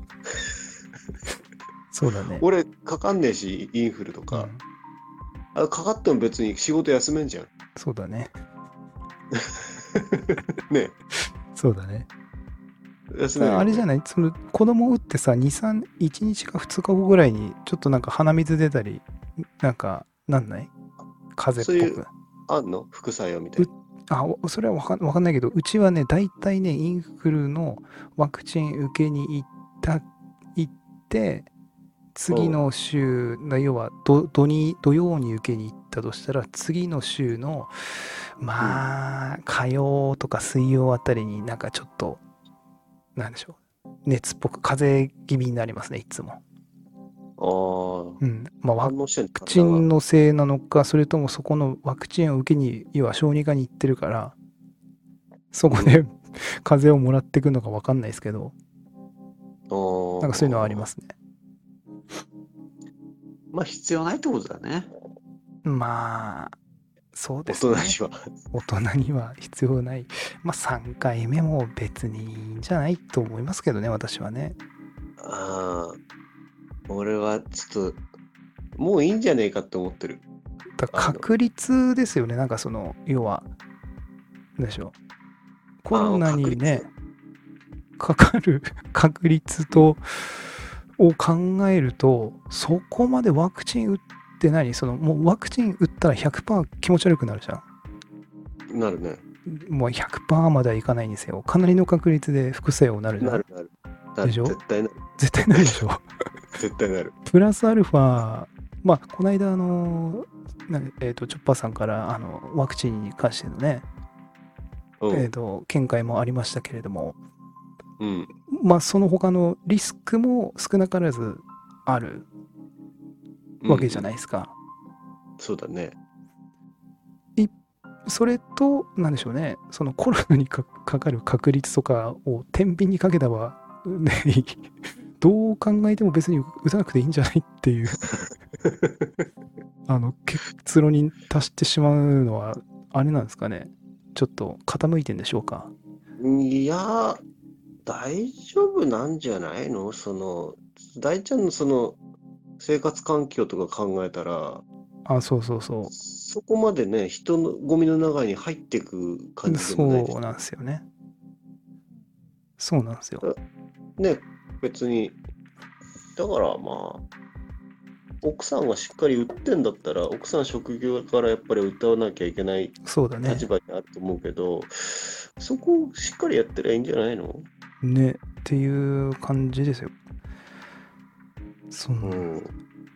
そうだね。 俺、かかんねえし、インフルとか。 うん、 かかっても別に仕事休めんじゃん。 そうだね。 ねそうだね。 休めるよね。 あれじゃないその子供打ってさ、2、3、1日か2日後ぐらいに、ちょっとなんか鼻水出たり、なんか、なんない風そういう、 邪っぽく。 あんの副作用みたいそれはわかんないけど、うちはね、大体ね、インフルのワクチン受けに行って、 な。うん。 次の週、要は土曜に受けに行ったとしたら、次の週の、 うん。 まあ、火曜とか水曜あたりになんかちょっと、なんでしょう、熱っぽく、風邪気味になりますね、いつも。 あうん。まあ、ワあ、反応してんの、 クチ体が。 ンのせいなのか、それともそこのワクチンを受けに、要は小児科に行ってるから、そこでうん。 風邪をもらってくのかわかんないですけど、 あなんかそういうのはありまあ。 すね。 まあ、必要ないってことだね。 まあ、そうで大すね。 人には。 大人には必要ない。まあ、3回目も別にいいんじゃないと思いますけどね、私はね。 ああ、俺はちょっと、もういいんじゃねえかって思ってる。あの、 確率ですよね。なんか要は、なんでしょう。コロナ確率。 にね、かかる確率を考えると、そこまでワクチン打ってない、もうワクチン打ったら100%気持ち悪くなるじゃん。 なるね。 もう100%まではいかないんですよ。かなりの確率で副作用になるじゃん。 なるなる。なる。 でしょ？ 絶対なる。 絶対絶対なる。 なるでしょ？ 絶対なる。 プラスアルファ、まあ、この間、チョッパーさんから、ワクチンに関してのね、 うん。 見解もありましたけれども、 うん。 まあ、その他のリスクも少なからずあるうん。うわけじゃないん。 ですか。 そうだね。 それと、なんでしょうね、そのコロナにかかる確率とかを天秤にかけたは、ね、どう考えても別に打たなくていいんじゃないっていう結論に達してしまうのは、あれなんですかね。ちょっと傾いてんでしょうか。 いや、大丈夫なんじゃないの大ちゃんの生活環境とか考えたら、 そうそうそそこまでね、人のゴミの中に入っていく感う。 じでもないでしそうなんですよね。そうなんですよ。 ょ。ね、別に、だからまあ、奥さんがしっかり売ってんだったら、奥さん職業からやっぱり歌わなきゃいけないそうだね。 立場にあると思うけど、そこをしっかりやってりゃいいんじゃないの？ ね。っていう感じですよ。 うん。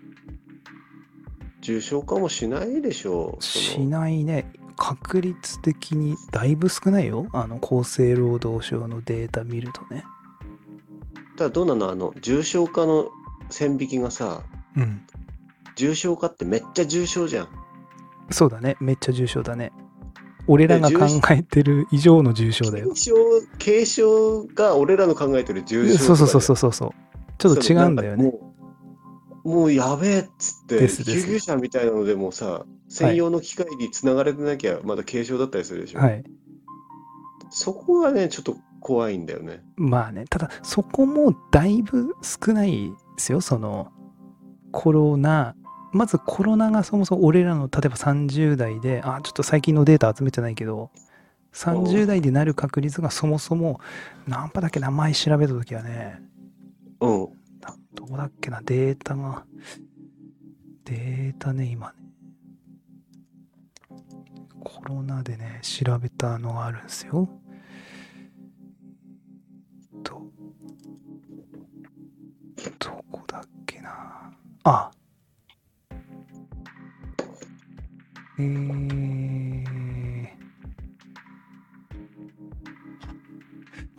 重症化もしないでしょう。 しないね。確率的にだいぶ少ないよ。厚生労働省のデータ見るとね。 ただどうなの重症化の線引きがさ、 うん。 重症化ってめっちゃ重症じゃん。 そうだね。めっちゃ重症だね。俺らで、 が考えてる以上の重症だよ。 軽症が俺らの考えてる重そうそうそう症とかじゃん。 そうそうそう。ちょっと違うんだよね。 もうやべえっつって、 ですです。 救急車みたいなのでもさ、専はい。 用の機械に繋がれてなきゃまだ軽症だったりするでしょ。 はい。 そこがね、ちょっと怖いんだよね。 まあね。ただ、そこもだいぶ少ないですよ。コロナ。まずコロナがそもそも俺らの例えば30代で、ちょっと最近のデータ集めてないけど、30代でなる確率がそもそも何パだっけ、名前調べたときはね、 うん。うん。 どこだっけな、データね、今ね、コロナでね、調べたのがあるんですよ。ど、どこだっけな。えー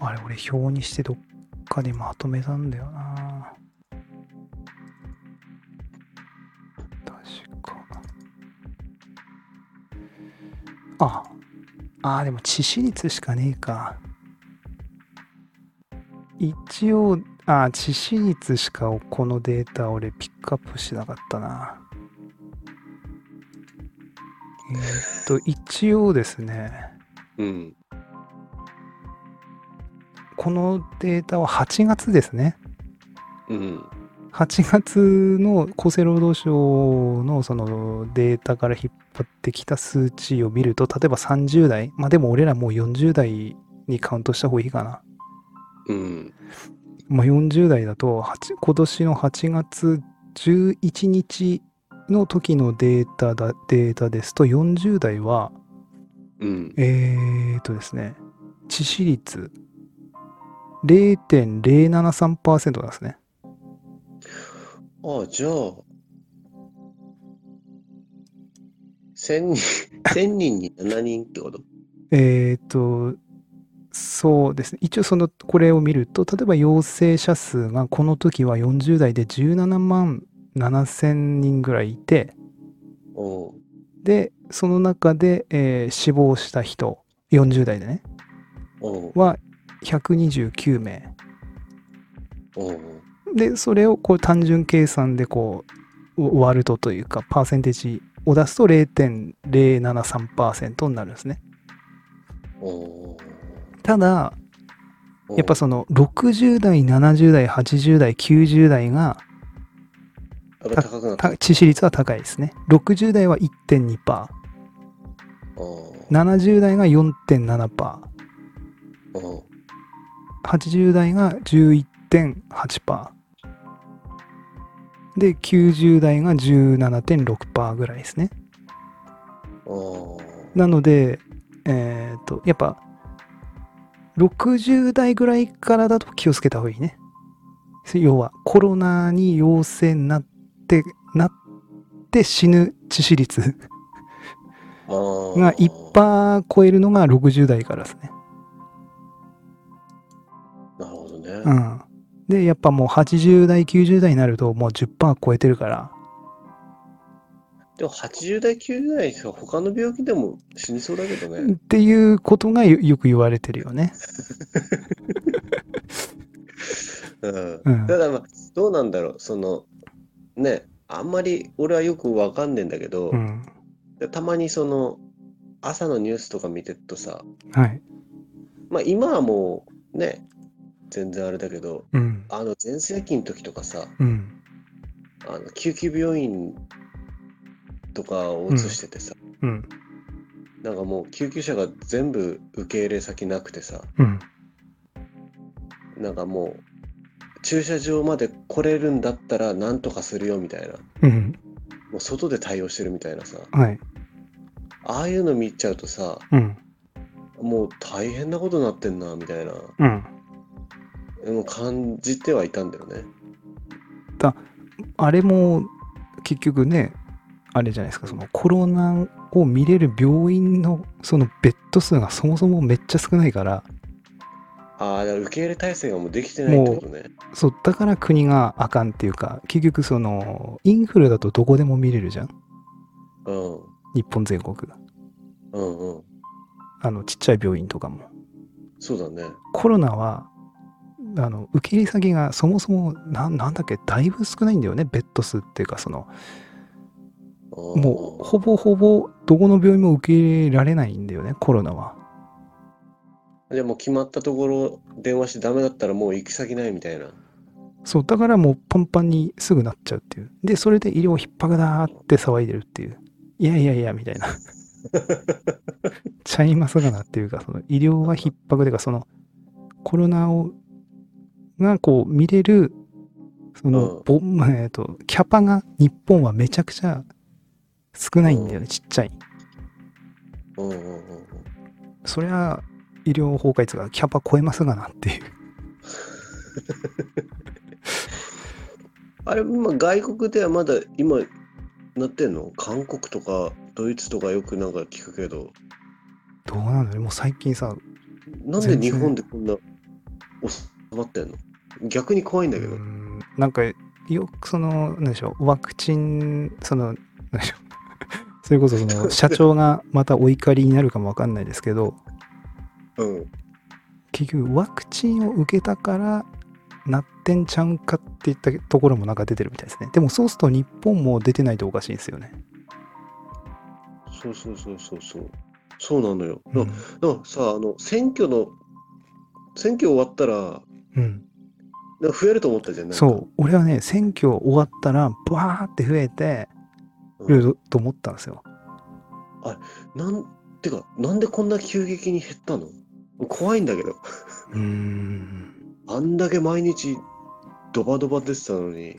あれ、俺表にしてどっかでまとめたんだよな。確か。でも致死率しかねえか。一応、致死率しかこのデータ俺ピックアップしなかったな。一応ですね、 うん。 このデータは8月ですね。 うん。 8月の厚生労働省のそのデータから引っ張ってきた数値を見ると、例えば30代、まあでも俺らもう40代にカウントした方がいいかな。 うん。 まあ40代だと、今年の8月11日の時のデータですと、40代は、 うん。 ですね、致死率 0.073% なんですね。 じゃあ、1000人に7人ってこと？ そうですね。一応これを見ると、例えば陽性者数がこの時は40代で17万7千人ぐらいいて、 おうで、その中で、死亡した人、40代でね、 おうは129名。 おうで、それをこう単純計算でこう割るというか、パーセンテージを出すと 0.073% になるんですね。 おうただ、 おうやっぱその60代、70代、80代、90代がやっぱ高くなってる。 致死率は高いですね。60代は 1.2%、 おう 70代が 4.7%、 おう 80代が 11.8%、で、90代が 17.6% ぐらいですね。 おうなので、やっぱ、60代ぐらいからだと気をつけた方がいいね。要は、コロナに陽性になって死ぬ致死率が 1% 超えるのが60代からですね。 なるほどね。 うん。で、やっぱもう80代、90代になるともう 10% 超えてるから。 でも80代、90代は他の病気でも死にそうだけどね。 っていうことがよく言われてるよね。 うん。 うん。 ただまあ、どうなんだろう。ね、あんまり俺はよくわかんねえんだけど、 うん。 たまに朝のニュースとか見てるとさ、 はい。 まあ今はもうね、全然あれだけど、 うん。 全盛期の時とかさ、 うん。 救急病院とかを移しててさ、 うん。 なんかもう救急車が全部受け入れ先なくてさ、 うん。 なんかもう駐車場まで来れるんだったらなんとかするよみたいな、 うん。 もう外で対応してるみたいなさ、 はい。 ああいうの見ちゃうとさ、 うん。 もう大変なことになってんなみたいな、 うん。 もう感じてはいたんだよね。 あれも結局ね、あれじゃないですか、そのコロナを見れる病院のそのベッド数がそもそもめっちゃ少ないから、 だから受け入れ体制がもうできてないってもことね。 そうだから国があかんっていうか、結局インフルだとどこでも見れるじゃん、 うん。 日本全国。 うんうん。 ちっちゃい病院とかも。 そうだね。 コロナは受け入れ先がそもそもなんだっけ、だいぶ少ないんだよね、ベッド数っていうか、もうほぼほぼどこの病院も受け入れられないんだよね、コロナは。 でもう決まったところ電話してダメだったらもう行き先ないみたいな。 そうだからもうパンパンにすぐなっちゃうっていう。でそれで医療逼迫だーって騒いでるっていう。いやいやいやみたいなちゃいますがなっていうか、医療は逼迫でか、コロナがこう見れるキャパが日本はめちゃくちゃ少ないんだよね、ちっちゃい。 うんうんうんうん。 そりゃ医療崩壊率がキャパ超えますがなっていうあれ、外国ではまだ今なってんの？韓国とかドイツとかよくなんか聞くけど、 どうなんだろう、もう最近さ、 なんで日本でこんな収まってんの？逆に怖いんだけど。 なんかよくそのなんでしょう、ワクチンそのなんでしょうそれこそその社長がまたお怒りになるかもわかんないですけど、 うん。 結局ワクチンを受けたからなってんちゃうんかっていったところもなんか出てるみたいですね。でもそうすると日本も出てないとおかしいですよね。 そうそうそうそうそう。そうなのよ。 うん。 だからさ、選挙終わったら、 うん。 なんか増えると思ったじゃん、なんか。 そう。俺はね、選挙終わったらバーって増えてうん。 ると思ったんですよ。 てか、なんでこんな急激に減ったの？怖いんだけど。あんだけ毎日ドバドバ出てたのに。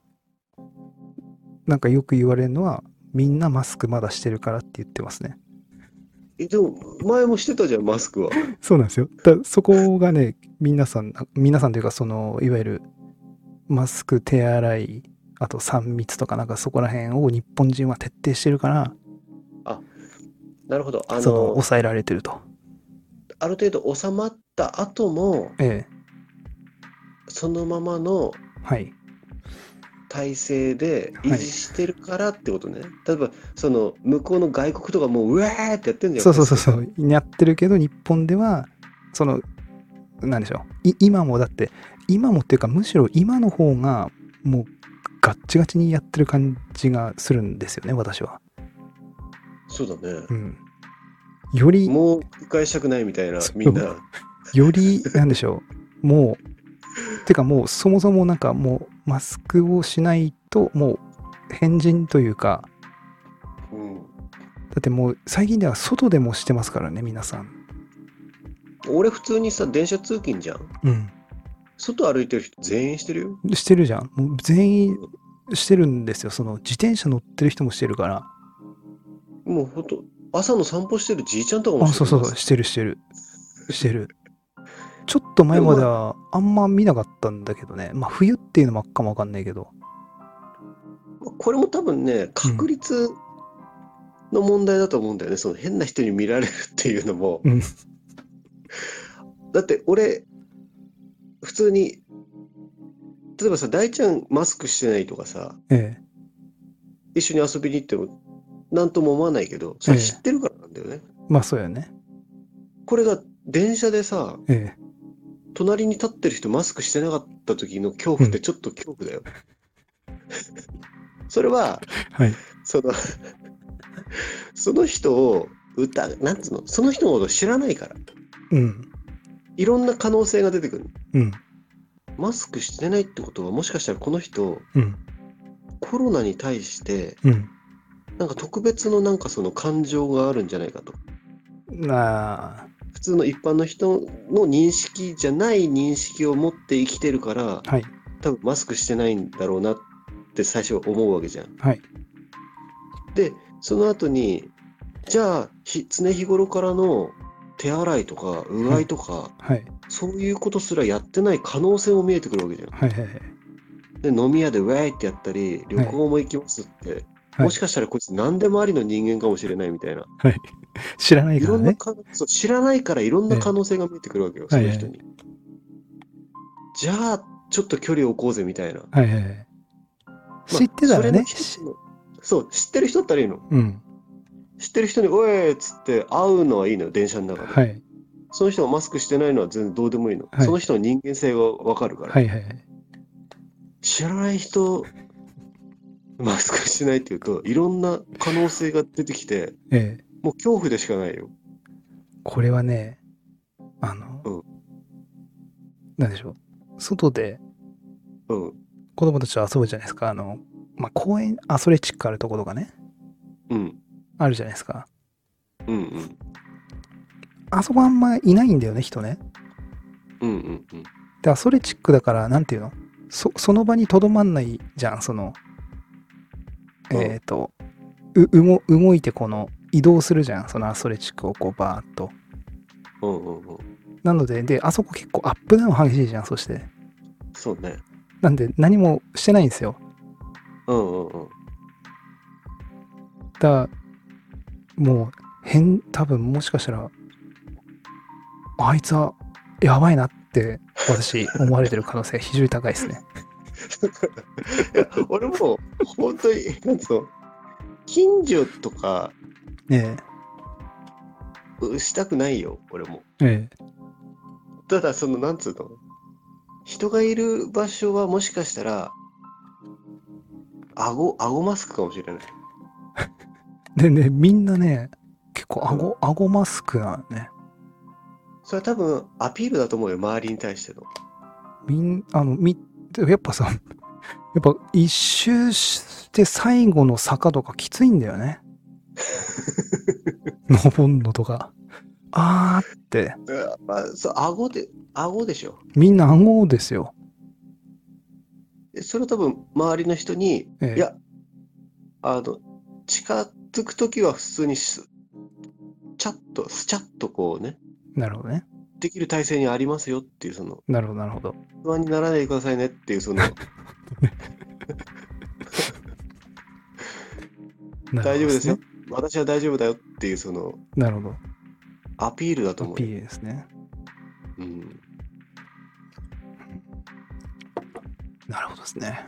なんかよく言われるのは、みんなマスクまだしてるからって言ってますね。 でも、前もしてたじゃん、マスクは。 そうなんですよ。そこがね、皆さんというか、その、いわゆるマスク、手洗い、あと3密とかなんかそこら辺を日本人は徹底してるから、 あ、なるほど。 抑えられてると。 ある程度収まった後も、 ええ。 そのままのはい。 体制で維はい。 持してるからってことね。例えば、その、向こうの外国とかもう、うわーってやってんじゃん、 そうそうマスクさ。 そうそう。やってるけど、日本では、その、なんでしょう。今もだって、今もっていうか、むしろ今の方が、もう、ガッチガチにやってる感じがするんですよね、私は。 そうだね。 うん。より、 もう繰り返したくないみたいな、 そうみんな。 より、なんでしょう。もう、てかもう、そもそもなんかもう、マスクをしないと、もう、変人というか、 うん。 だってもう、最近では外でもしてますからね、皆さん。 俺普通にさ、電車通勤じゃん。 うん。 外歩いてる人全員してるよ。 してるじゃん。もう全員してるんですよ。その、自転車乗ってる人もしてるから。 もうほんと、朝の散歩してるじいちゃんとかもあ、 してる、 そうそうそう、 マスク。 してるしてる。してる。ちょっと前でもまあ、 まではあんま見なかったんだけどね。まあ冬っていうのもあっかもわかんないけど。 これも多分ね、確率の問題だと思うんだよね。その変な人に見られるっていうのも。 うん。 だって俺、普通に、例えばさ、大ちゃんマスクしてないとかさ、 え一緒に遊びに行っても、なんとも思わないけど、 え、 それ知ってるからなんだよね。 まあそうよね。 これが電車でさ、 ええ。 隣に立ってる人マスクしてなかった時の恐うん。 怖ってちょっと恐怖だよ。それは、 はい。 そのその人をなんつうの、その人のことを知らないから。 うん。 いろんな可能性が出てくる。 うん。 マスクしてないってことは、もしかしたらこの人、 うん。 コロナに対して、 うん。 なんか特別のなんかその感情があるんじゃないかと。 あ普通の一般の人の認識じゃない認識を持って生きてるから、 はい。 多分マスクしてないんだろうなって最初思うわけじゃん。 はい。 で、その後に、じゃあ、常日頃からの手洗いとか、うがいとか、 はい。 そういうことすらやってない可能性も見えてくるわけじゃん。 はい。はい。 で、飲み屋でウェイってやったり、旅行も行きますって、 はい。 もしかしたらこいつ何でもありの人間かもしれないみたいな。 はい。知らないいからね。 そう、知らないからいろんなええ。 可能性が見えてくるわけよ、 はい。はい。 その人に。じゃあ、ちょっと距離を置こうぜみたいな。 はい。はい。 まあ、 知ってたそれのらね。 一つの、そう、知ってる人だったらいいの。 うん。 知ってる人に、おいっつって会うのはいいのよ、電車の中で。 はい。 その人がマスクしてないのは全然どうでもいいの。 はい。 その人の人間性がわかるから。 はい。はい。 知らない人、マスクしてないっていうと、いろんな可能性が出てきて、 ええ。 もう恐怖でしかないよ。 これはね、 うん、 なんでしょう。外でうん、 子供たちと遊ぶじゃないですか。まあ、公園、アスレチックあるところがね、 うん、 あるじゃないですか。 うん、うん、 あそこあんまいないんだよね、人ね。 うん、うん、うん。 で、アスレチックだから、なんていうのその場にとどまんないじゃん、えっ、と、動いて移動するじゃん、そのアスレチックをこうバーッと。 うん、うん、うん。 なので、あそこ結構アップダウン激しいじゃん、そして。 そうね。 なんで、何もしてないんですよ。 うん、うん、うん。 だもう、多分もしかしたら、あいつは、やばいなって私思われてる可能性が非常に高いですね。 いや、俺も本当に、なんつうの、近所とかえしたくないよ、俺も。 え、えただ、その、なんつうの、人がいる場所はもしかしたら、顎マスクかもしれない。 え。でね、みんなね、結構うん。 顎マスクなのね。 それは多分アピールだと思うよ、周りに対しての。 やっぱさ、やっぱ一周して最後の坂とかきついんだよね。登んのとか。あーって。 まあ、そう、顎でしょ。 みんな顎ですよ。 でそれを多分周りの人に、いえや、あの、近づくときは普通にスチャッとこうね、 え、なるほどね。 できる体制にありますよっていう、その、 なるほど、なるほど。 不安にならないでくださいねっていう、その、 なるほどですね。 大丈夫ですよ。私は大丈夫だよっていう、その、 なるほど。 アピールだとアピ思うよ。 ールですね。 うん。 なるほどですね。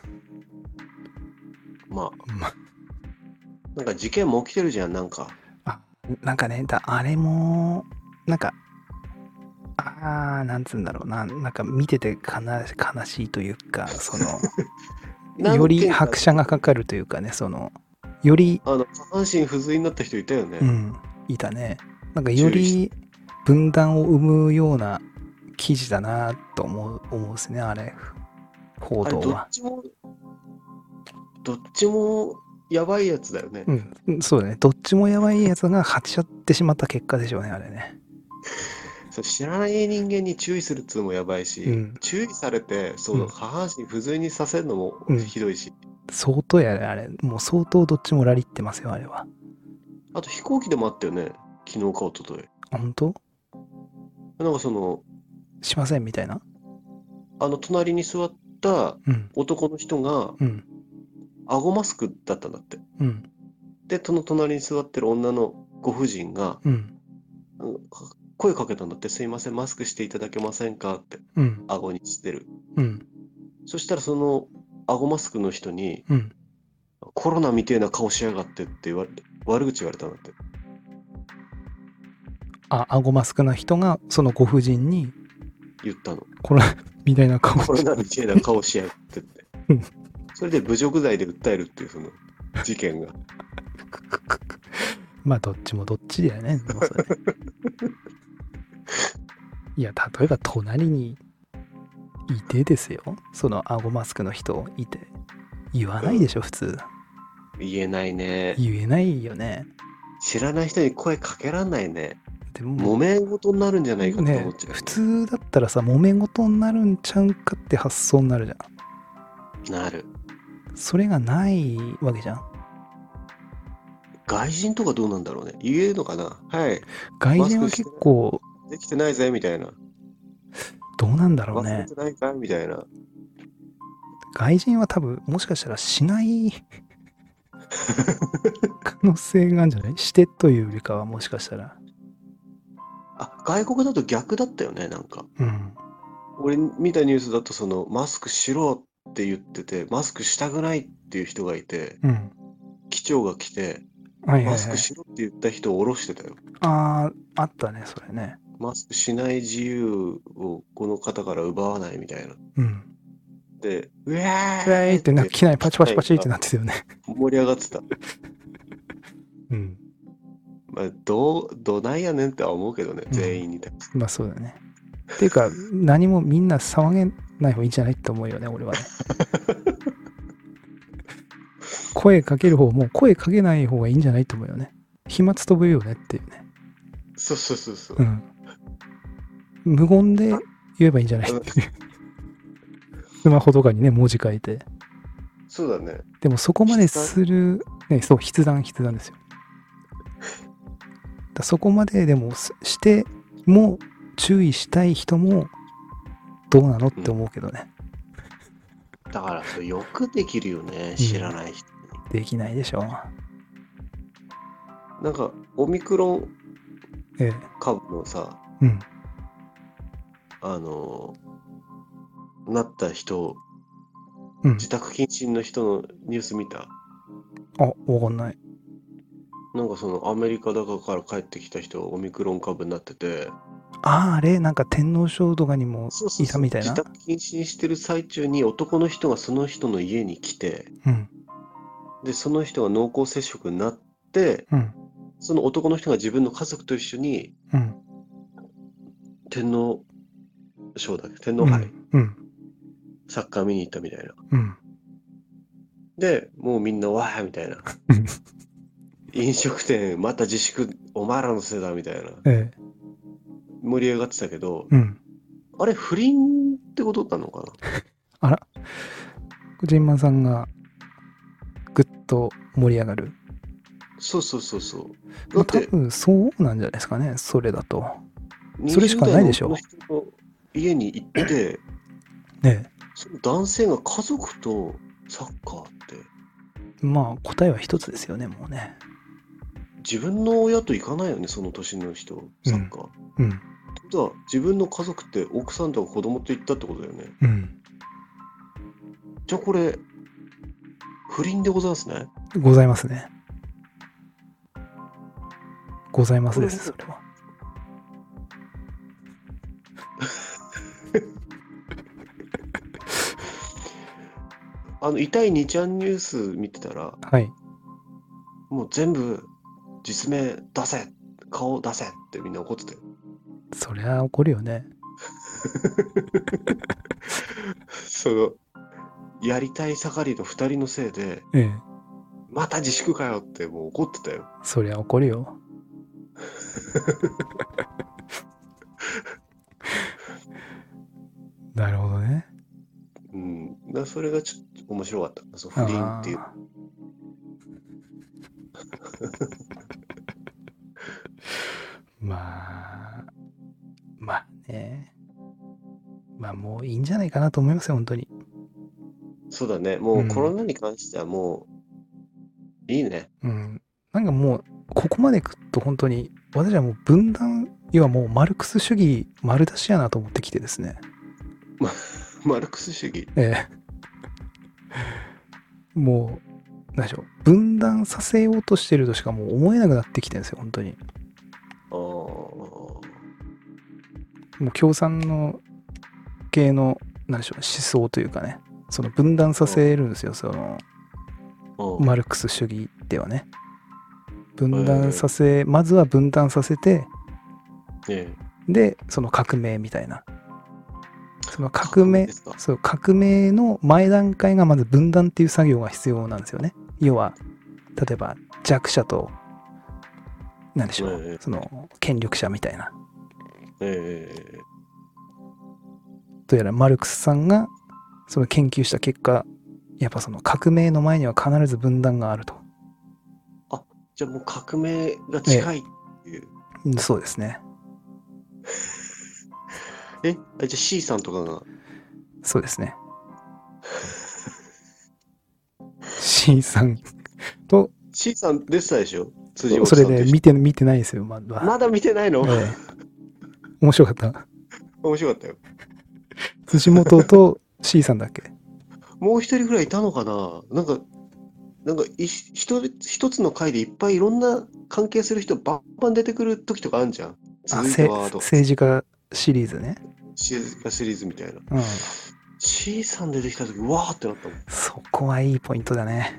まあ、 まなんか事件も起きてるじゃん、なんか。 あ、なんかね、あれも、なんか、なんつうんだろうな、なんか見てて悲しいというか、より何件か、 拍車がかかるというかね、より、 下半身不随になった人いたよね。 うん、いたね。なんかよ注意して。 り分断を生むような記事だなと思うですね、あれ、報あれ、 道は。 どっちもやばいやつだよね。 うん、そうだね。どっちもやばいやつが勝ちちゃってしまった結果でしょうね、あれね。 そう、知らない人間に注意するっつうのもやばいし、 うん、 注意されて、そうん、 の下半身不随にさせるのもうん。 ひどいし、 相当やれ、あれ。もう相当どっちもラリってますよ、あれは。 あと飛行機でもあったよね。昨日か一昨日。 本当なんかその、 しませんみたいな。 隣に座ったうん、 男の人が、 うん、 顎マスクだったんだって。 うん、 で、その隣に座ってる女のご婦人が、 うん、 うん声かけたんだって、すいません、マスクしていただけませんかって、 うん、 顎にしてる。 うん、 そしたらその顎マスクの人に、 うん。 コロナみてえな顔しやがってって言われて、悪口言われたんだって。 顎マスクな人が、そのご婦人に、 言ったの。 これ、みたいな顔コロナみてえな顔しやがってって。 うんそれで侮辱罪で訴えるっていうその事件が。 まあ、どっちもどっちだよね。でもそれ。いや、例えば隣にいてですよ。その顎マスクの人いて。言わうん。 ないでしょ、普通。 言えないね。 言えないよね。 知らない人に声かけらんないね。 でも、 揉め事になるんじゃないかって思ね、 っちゃ普通だったらさ、揉め事になるんちゃうかって発想になるじゃん。 う。なる。 それがないわけじゃん。 外人とかどうなんだろうね。言えるのかな。はい。マス外人はクして結構、 できてないぜみたいな。 どうなんだろう忘れね。 てないかみたいな。 外人は多分、もしかしたらしない可能性があるんじゃないしてというよりかは、もしかしたら。 あ、外国だと逆だったよね、なんか。 うん。 俺見たニュースだとマスクしろって言ってて、マスクしたくないっていう人がいて、 うん。 機長が来て、マスクはいはいはい。 しろって言った人を降ろしてたよ。 あったね、それね。 マスクしない自由をこの方から奪わないみたいな。 うん。 で、ウうわーいってな、 ェーイって機内パチパチパチって機内がなってたよね。 盛り上がってた。 うん。 まあ、どないやねんっては思うけどね、 うん。 全員に対して。 まあそうだね。っていうか、何もみんな騒げない方がいいんじゃないって思うよね、俺はね。声かける方も声かけない方がいいんじゃないと思うよね。飛沫飛ぶよねっていうね。 そうそうそうそう。 うん。無言で言えばいいんじゃないっていう。スマホとかにね、文字書いて。 そうだね。 でもそこまで筆談する、ね、そう、筆談ですよ。そこまででもしても注意したい人もどうなのっうん。 て思うけどね。 だから、よくできるよね、知らうん。 ない人に。 できないでしょなんか、オミクロンう。ええ。 株のさ、 うん。 あの、 なった人、 うん。 自宅謹慎の人のニュース見た？ あ、わかんない。 なんかそのアメリカだから帰ってきた人、オミクロン株になってて、 あれなんか天皇賞とかにもいたそうそうそう、 みたいな。 自宅謹慎してる最中に男の人がその人の家に来て、 うん。 で、その人が濃厚接触になって、 うん。 その男の人が自分の家族と一緒にうん。 天皇賞だっけ、天皇杯、 うん。うん。 サッカー見に行ったみたいな。 うん。 で、もうみんなわーみたいな。飲食店また自粛、お前らのせいだみたいな。 ええ。 盛り上がってたけど、 うん。 あれ不倫ってことなのかな？ あら、ジンマンさんがぐっと盛り上がる。 そうそうそうそう。 まあ多だって、 分そうなんじゃないですかね、それだと。それし 20 かないでしょ代の女の人の家に行って、 ねその男性が家族とサッカーって、 え。まあ答えは一つですよね、もうね。 自分の親と行かないよね、その年の人、サッカー。 うん。 ってことは、自分の家族って奥さんとか子供と行ったってことだよね。 うん。 じゃあこれ、不倫でございますね。 ございますね。ございますこれもです、それは。 痛い2ちゃんニュース見てたら、 はい。 もう全部実名出せ、顔出せってみんな怒ってたよ。 そりゃ怒るよね。 その、やりたい盛りの2人のせいで、 ええ。 また自粛かよってもう怒ってたよ。 そりゃ怒るよ。なるほどね。 うん。それがちょっと面白かった。そう、不倫っていう。 ああ。まあね。まあもういいんじゃないかなと思いますよ、本当に。 そうだね。もうコロナに関してはもういいね。 うん。なんかもう、ここまでいくと本当に、私はもう分断、要はもうマルクス主義丸出しやなと思ってきてですね。 マルクス主義。 ええ。もう、何でしょう。分断させようとしてるとしかもう思えなくなってきてるんですよ、本当に。 ああ。 もう共産の系の、何でしょう、思想というかね。その分断させるんですよ、その、マルクス主義ではね。分断させ、まずは分断させて、で、その革命みたいな。その革命の前段階がまず分断っていう作業が必要なんですよね。要は、例えば弱者と、何でしょう、その権力者みたいな。どうやらマルクスさんがその研究した結果、やっぱその革命の前には必ず分断があると。 あ、じゃあもう革命が近いっていう。 そうですね。 じゃあ C さんとかが。 そうですね。C さんと。 C さん出てたでしょ、辻本そさんと。 れで見てないですよ、まだ。 まだ見てないの？ 面白かった。 面白かったよ。 辻本と C さんだっけ？ もう一人ぐらいいたのかな。なんか一つの回でいっぱいいろんな関係する人バンバン出てくる時とかあるじゃん。続いてはとか。 政治家シリーズね。 政治家シリーズみたいな。 うん。 C さん出てきた時うわーってなったもん。 そこはいいポイントだね。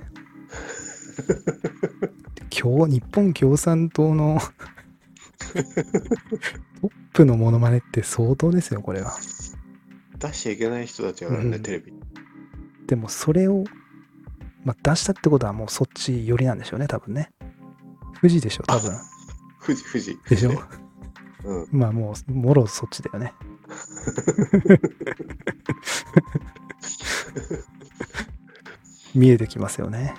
日本共産党のトップのモノマネって相当ですよ、これは。 出しちゃいけない人たちがね、テレビ。 でもそれを、出したってことはもうそっち寄りなんでしょうね、多分ね。富士でしょ、多分。 富士。 でしょ。 うん。 まあもう、もろそっちだよね。見えてきますよね。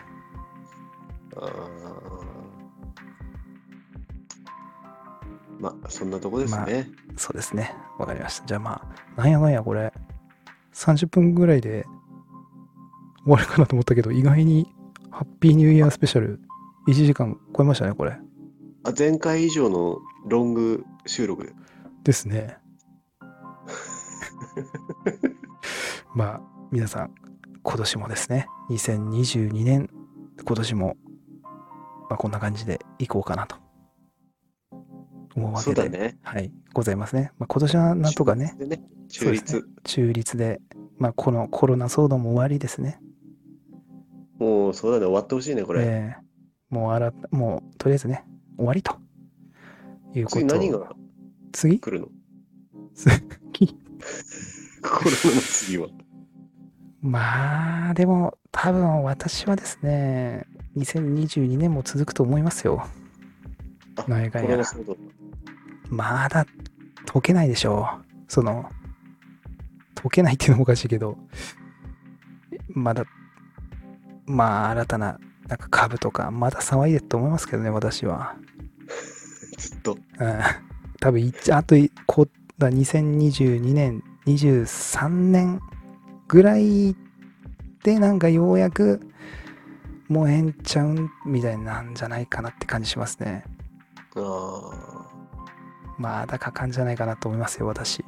そんなとこですね。 そうですね。わかりました。じゃあなんやこれ、30分ぐらいで終わるかなと思ったけど、意外にハッピーニューイヤースペシャル1時間超えましたね、これ。 前回以上のロング収録ですね。 まあ皆さん今年もですね、2022年今年もまあこんな感じでいこうかなと思うわけで、 そうだね。 はいございますね。まあ今年はなんとかね、 中立でね。 そうですね、 中立。 中立で、まあこのコロナ騒動も終わりですね。 もうそうだね。終わってほしいね、これ。 もうとりあえずね、終わりということを。 次何が次来るの？ 次コロナの次は。 まあ、でも、多分私はですね、2022年も続くと思いますよ。 あ、コ何回やら。 ロナ騒動。 まだ解けないでしょう。解けないっていうのもおかしいけど、まだ、まあ、新たな、なんか株とか、まだ騒いでると思いますけどね、私は。 ずっと。 うん。多分、あと、2022年、23年ぐらいで、なんかようやく、もうええんちゃうんみたいなんじゃないかなって感じしますね。 ああ。 まだかかんじゃないかなと思いますよ、私。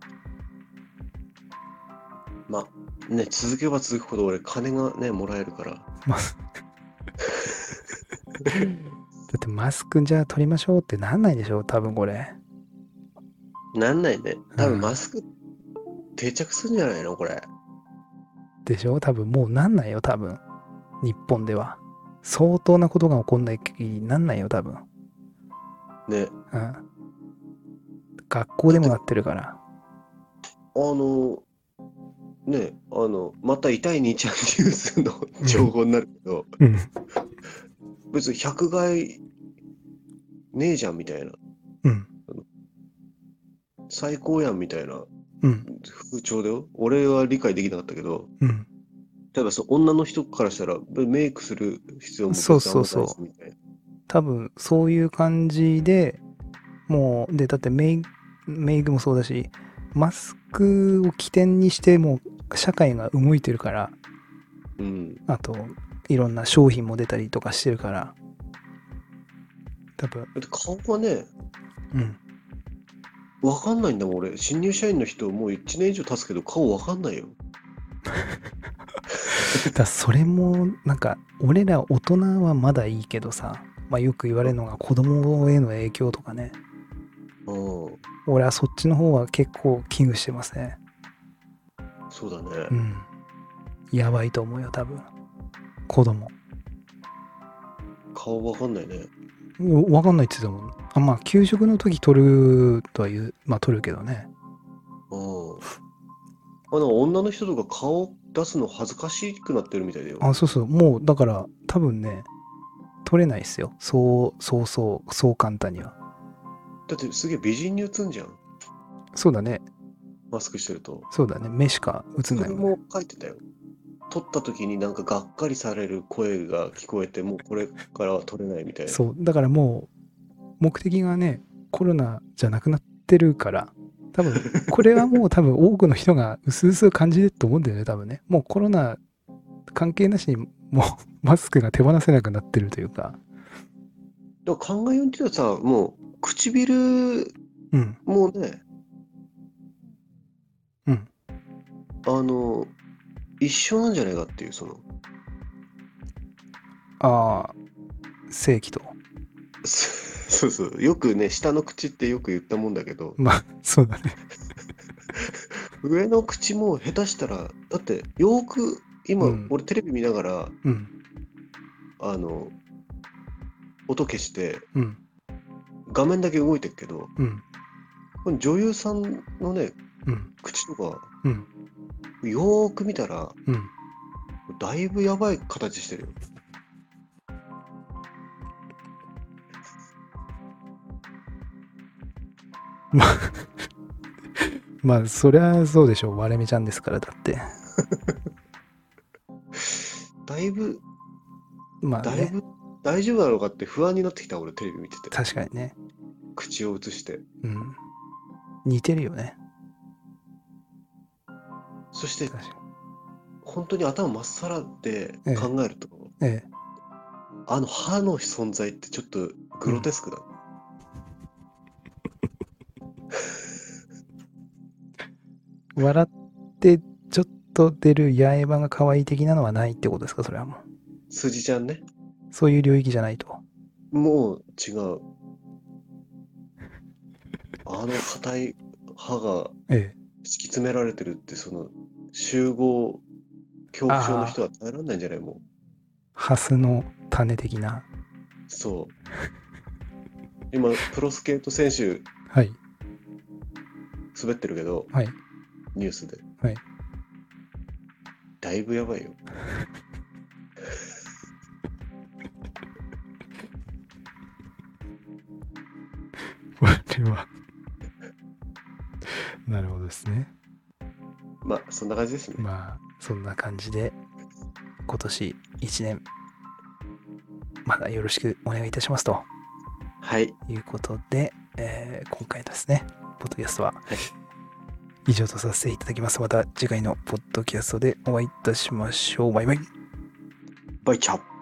まあ、ね、続けば続くほど俺金がね、もらえるから。 だってマスクじゃあ取りましょうってなんないでしょ、多分これ。 なんないね。多分うん。 マスク定着するんじゃないのこれ。 でしょ多分もうなんないよ、多分。日本では。相当なことが起こんない限りなんないよ、多分。 ね。 うん。学校だって、 でもなってるから。 の、ね、また痛い兄ちゃんニュースのうん。 情報になるけど、 うん。 別に100害ねえじゃんみたいな。 うん。 最高やんみたいなうん。 風潮だよ。俺は理解できなかったけど、 うん。 例えば女の人からしたらメイクする必要もそう別にあんまないそうそう。 しみたいな。 多分そういう感じでもう、で、だってメイクもそうだし、マスクを起点にしてもう社会が動いてるから、 うん。 あと、いろんな商品も出たりとかしてるから、多分、 だって顔がね、 うん。 わかんないんだもん、俺。新入社員の人、もう1年以上経つけど、顔わかんないよ。 それも、なんか、俺ら大人はまだいいけどさ、まあよく言われるのが子供への影響とかね。 うん。 俺はそっちの方は結構危惧してますね。 そうだね。 うん。やばいと思うよ、多分。子供。 顔わかんないね。 わかんないって言ってたもん。あ、まあ、給食の時取るとは言う、まあ取るけどね。 うん。女の人とか顔出すの恥ずかしくなってるみたいだよ。 あ、そうそう。もう、だから、多分ね、取れないっすよ。そう簡単には。 だってすげえ美人に映んじゃん。 そうだね。 マスクしてると。 そうだね。目しか映んないもんね。 それも書いてたよ。撮った時になんかがっかりされる声が聞こえて、もうこれからは撮れないみたいな。 そう。だからもう、目的がね、コロナじゃなくなってるから、多分、これはもう多分多くの人が薄々感じてると思うんだよね、多分ね。もうコロナ関係なしに、もうマスクが手放せなくなってるというか。 だから考えようによってはさ、もう唇うん。 もね、 うん。 あの、一緒なんじゃないかっていう、 ああ、正規と。 そうそう、よくね、下の口ってよく言ったもんだけど、 まあ、そうだね。 上の口も下手したら、だってよーく、今、 うん。 俺テレビ見ながら、 うん。 あの、音消して、 うん。 画面だけ動いてるけど、 うん。 この女優さんのね、 うん。 口とか、 うん。 よーく見たら、 うん。 だいぶやばい形してるよ。 まあ、まあ、そりゃそうでしょう。割れ目ちゃんですから、だって。 だいぶ、 まあね、 だいぶ大丈夫なのかって不安になってきた、俺テレビ見てて。 確かにね。 口を映して。 うん。似てるよね。 そして、 確か本当に頭まっさらでに。 考えると、 え歯の存在ってちょっとグロテスクだ。 笑って、ちょっと出る八重歯が可愛い的なのはないってことですか、それはもう。 筋ちゃんね。 そういう領域じゃないと。 もう違う。硬い歯がええ。 敷き詰められてるって、その集合恐怖症の人は耐えられないんじゃない？もう。 ハスの種的な。 そう。今、プロスケート選手はい。 滑ってるけど、 はい。 ニュースで。 はい。 だいぶやばいよ。 これはなるほどですね。 まあ、そんな感じですね。 まあ、そんな感じで、今年1年、まだよろしくお願いいたしますとはい。 いうことで、今回ですね、ポッドキャストははい以上とさせていただきます。また次回のポッドキャストでお会いいたしましょう。バイバイ。 バイチャー。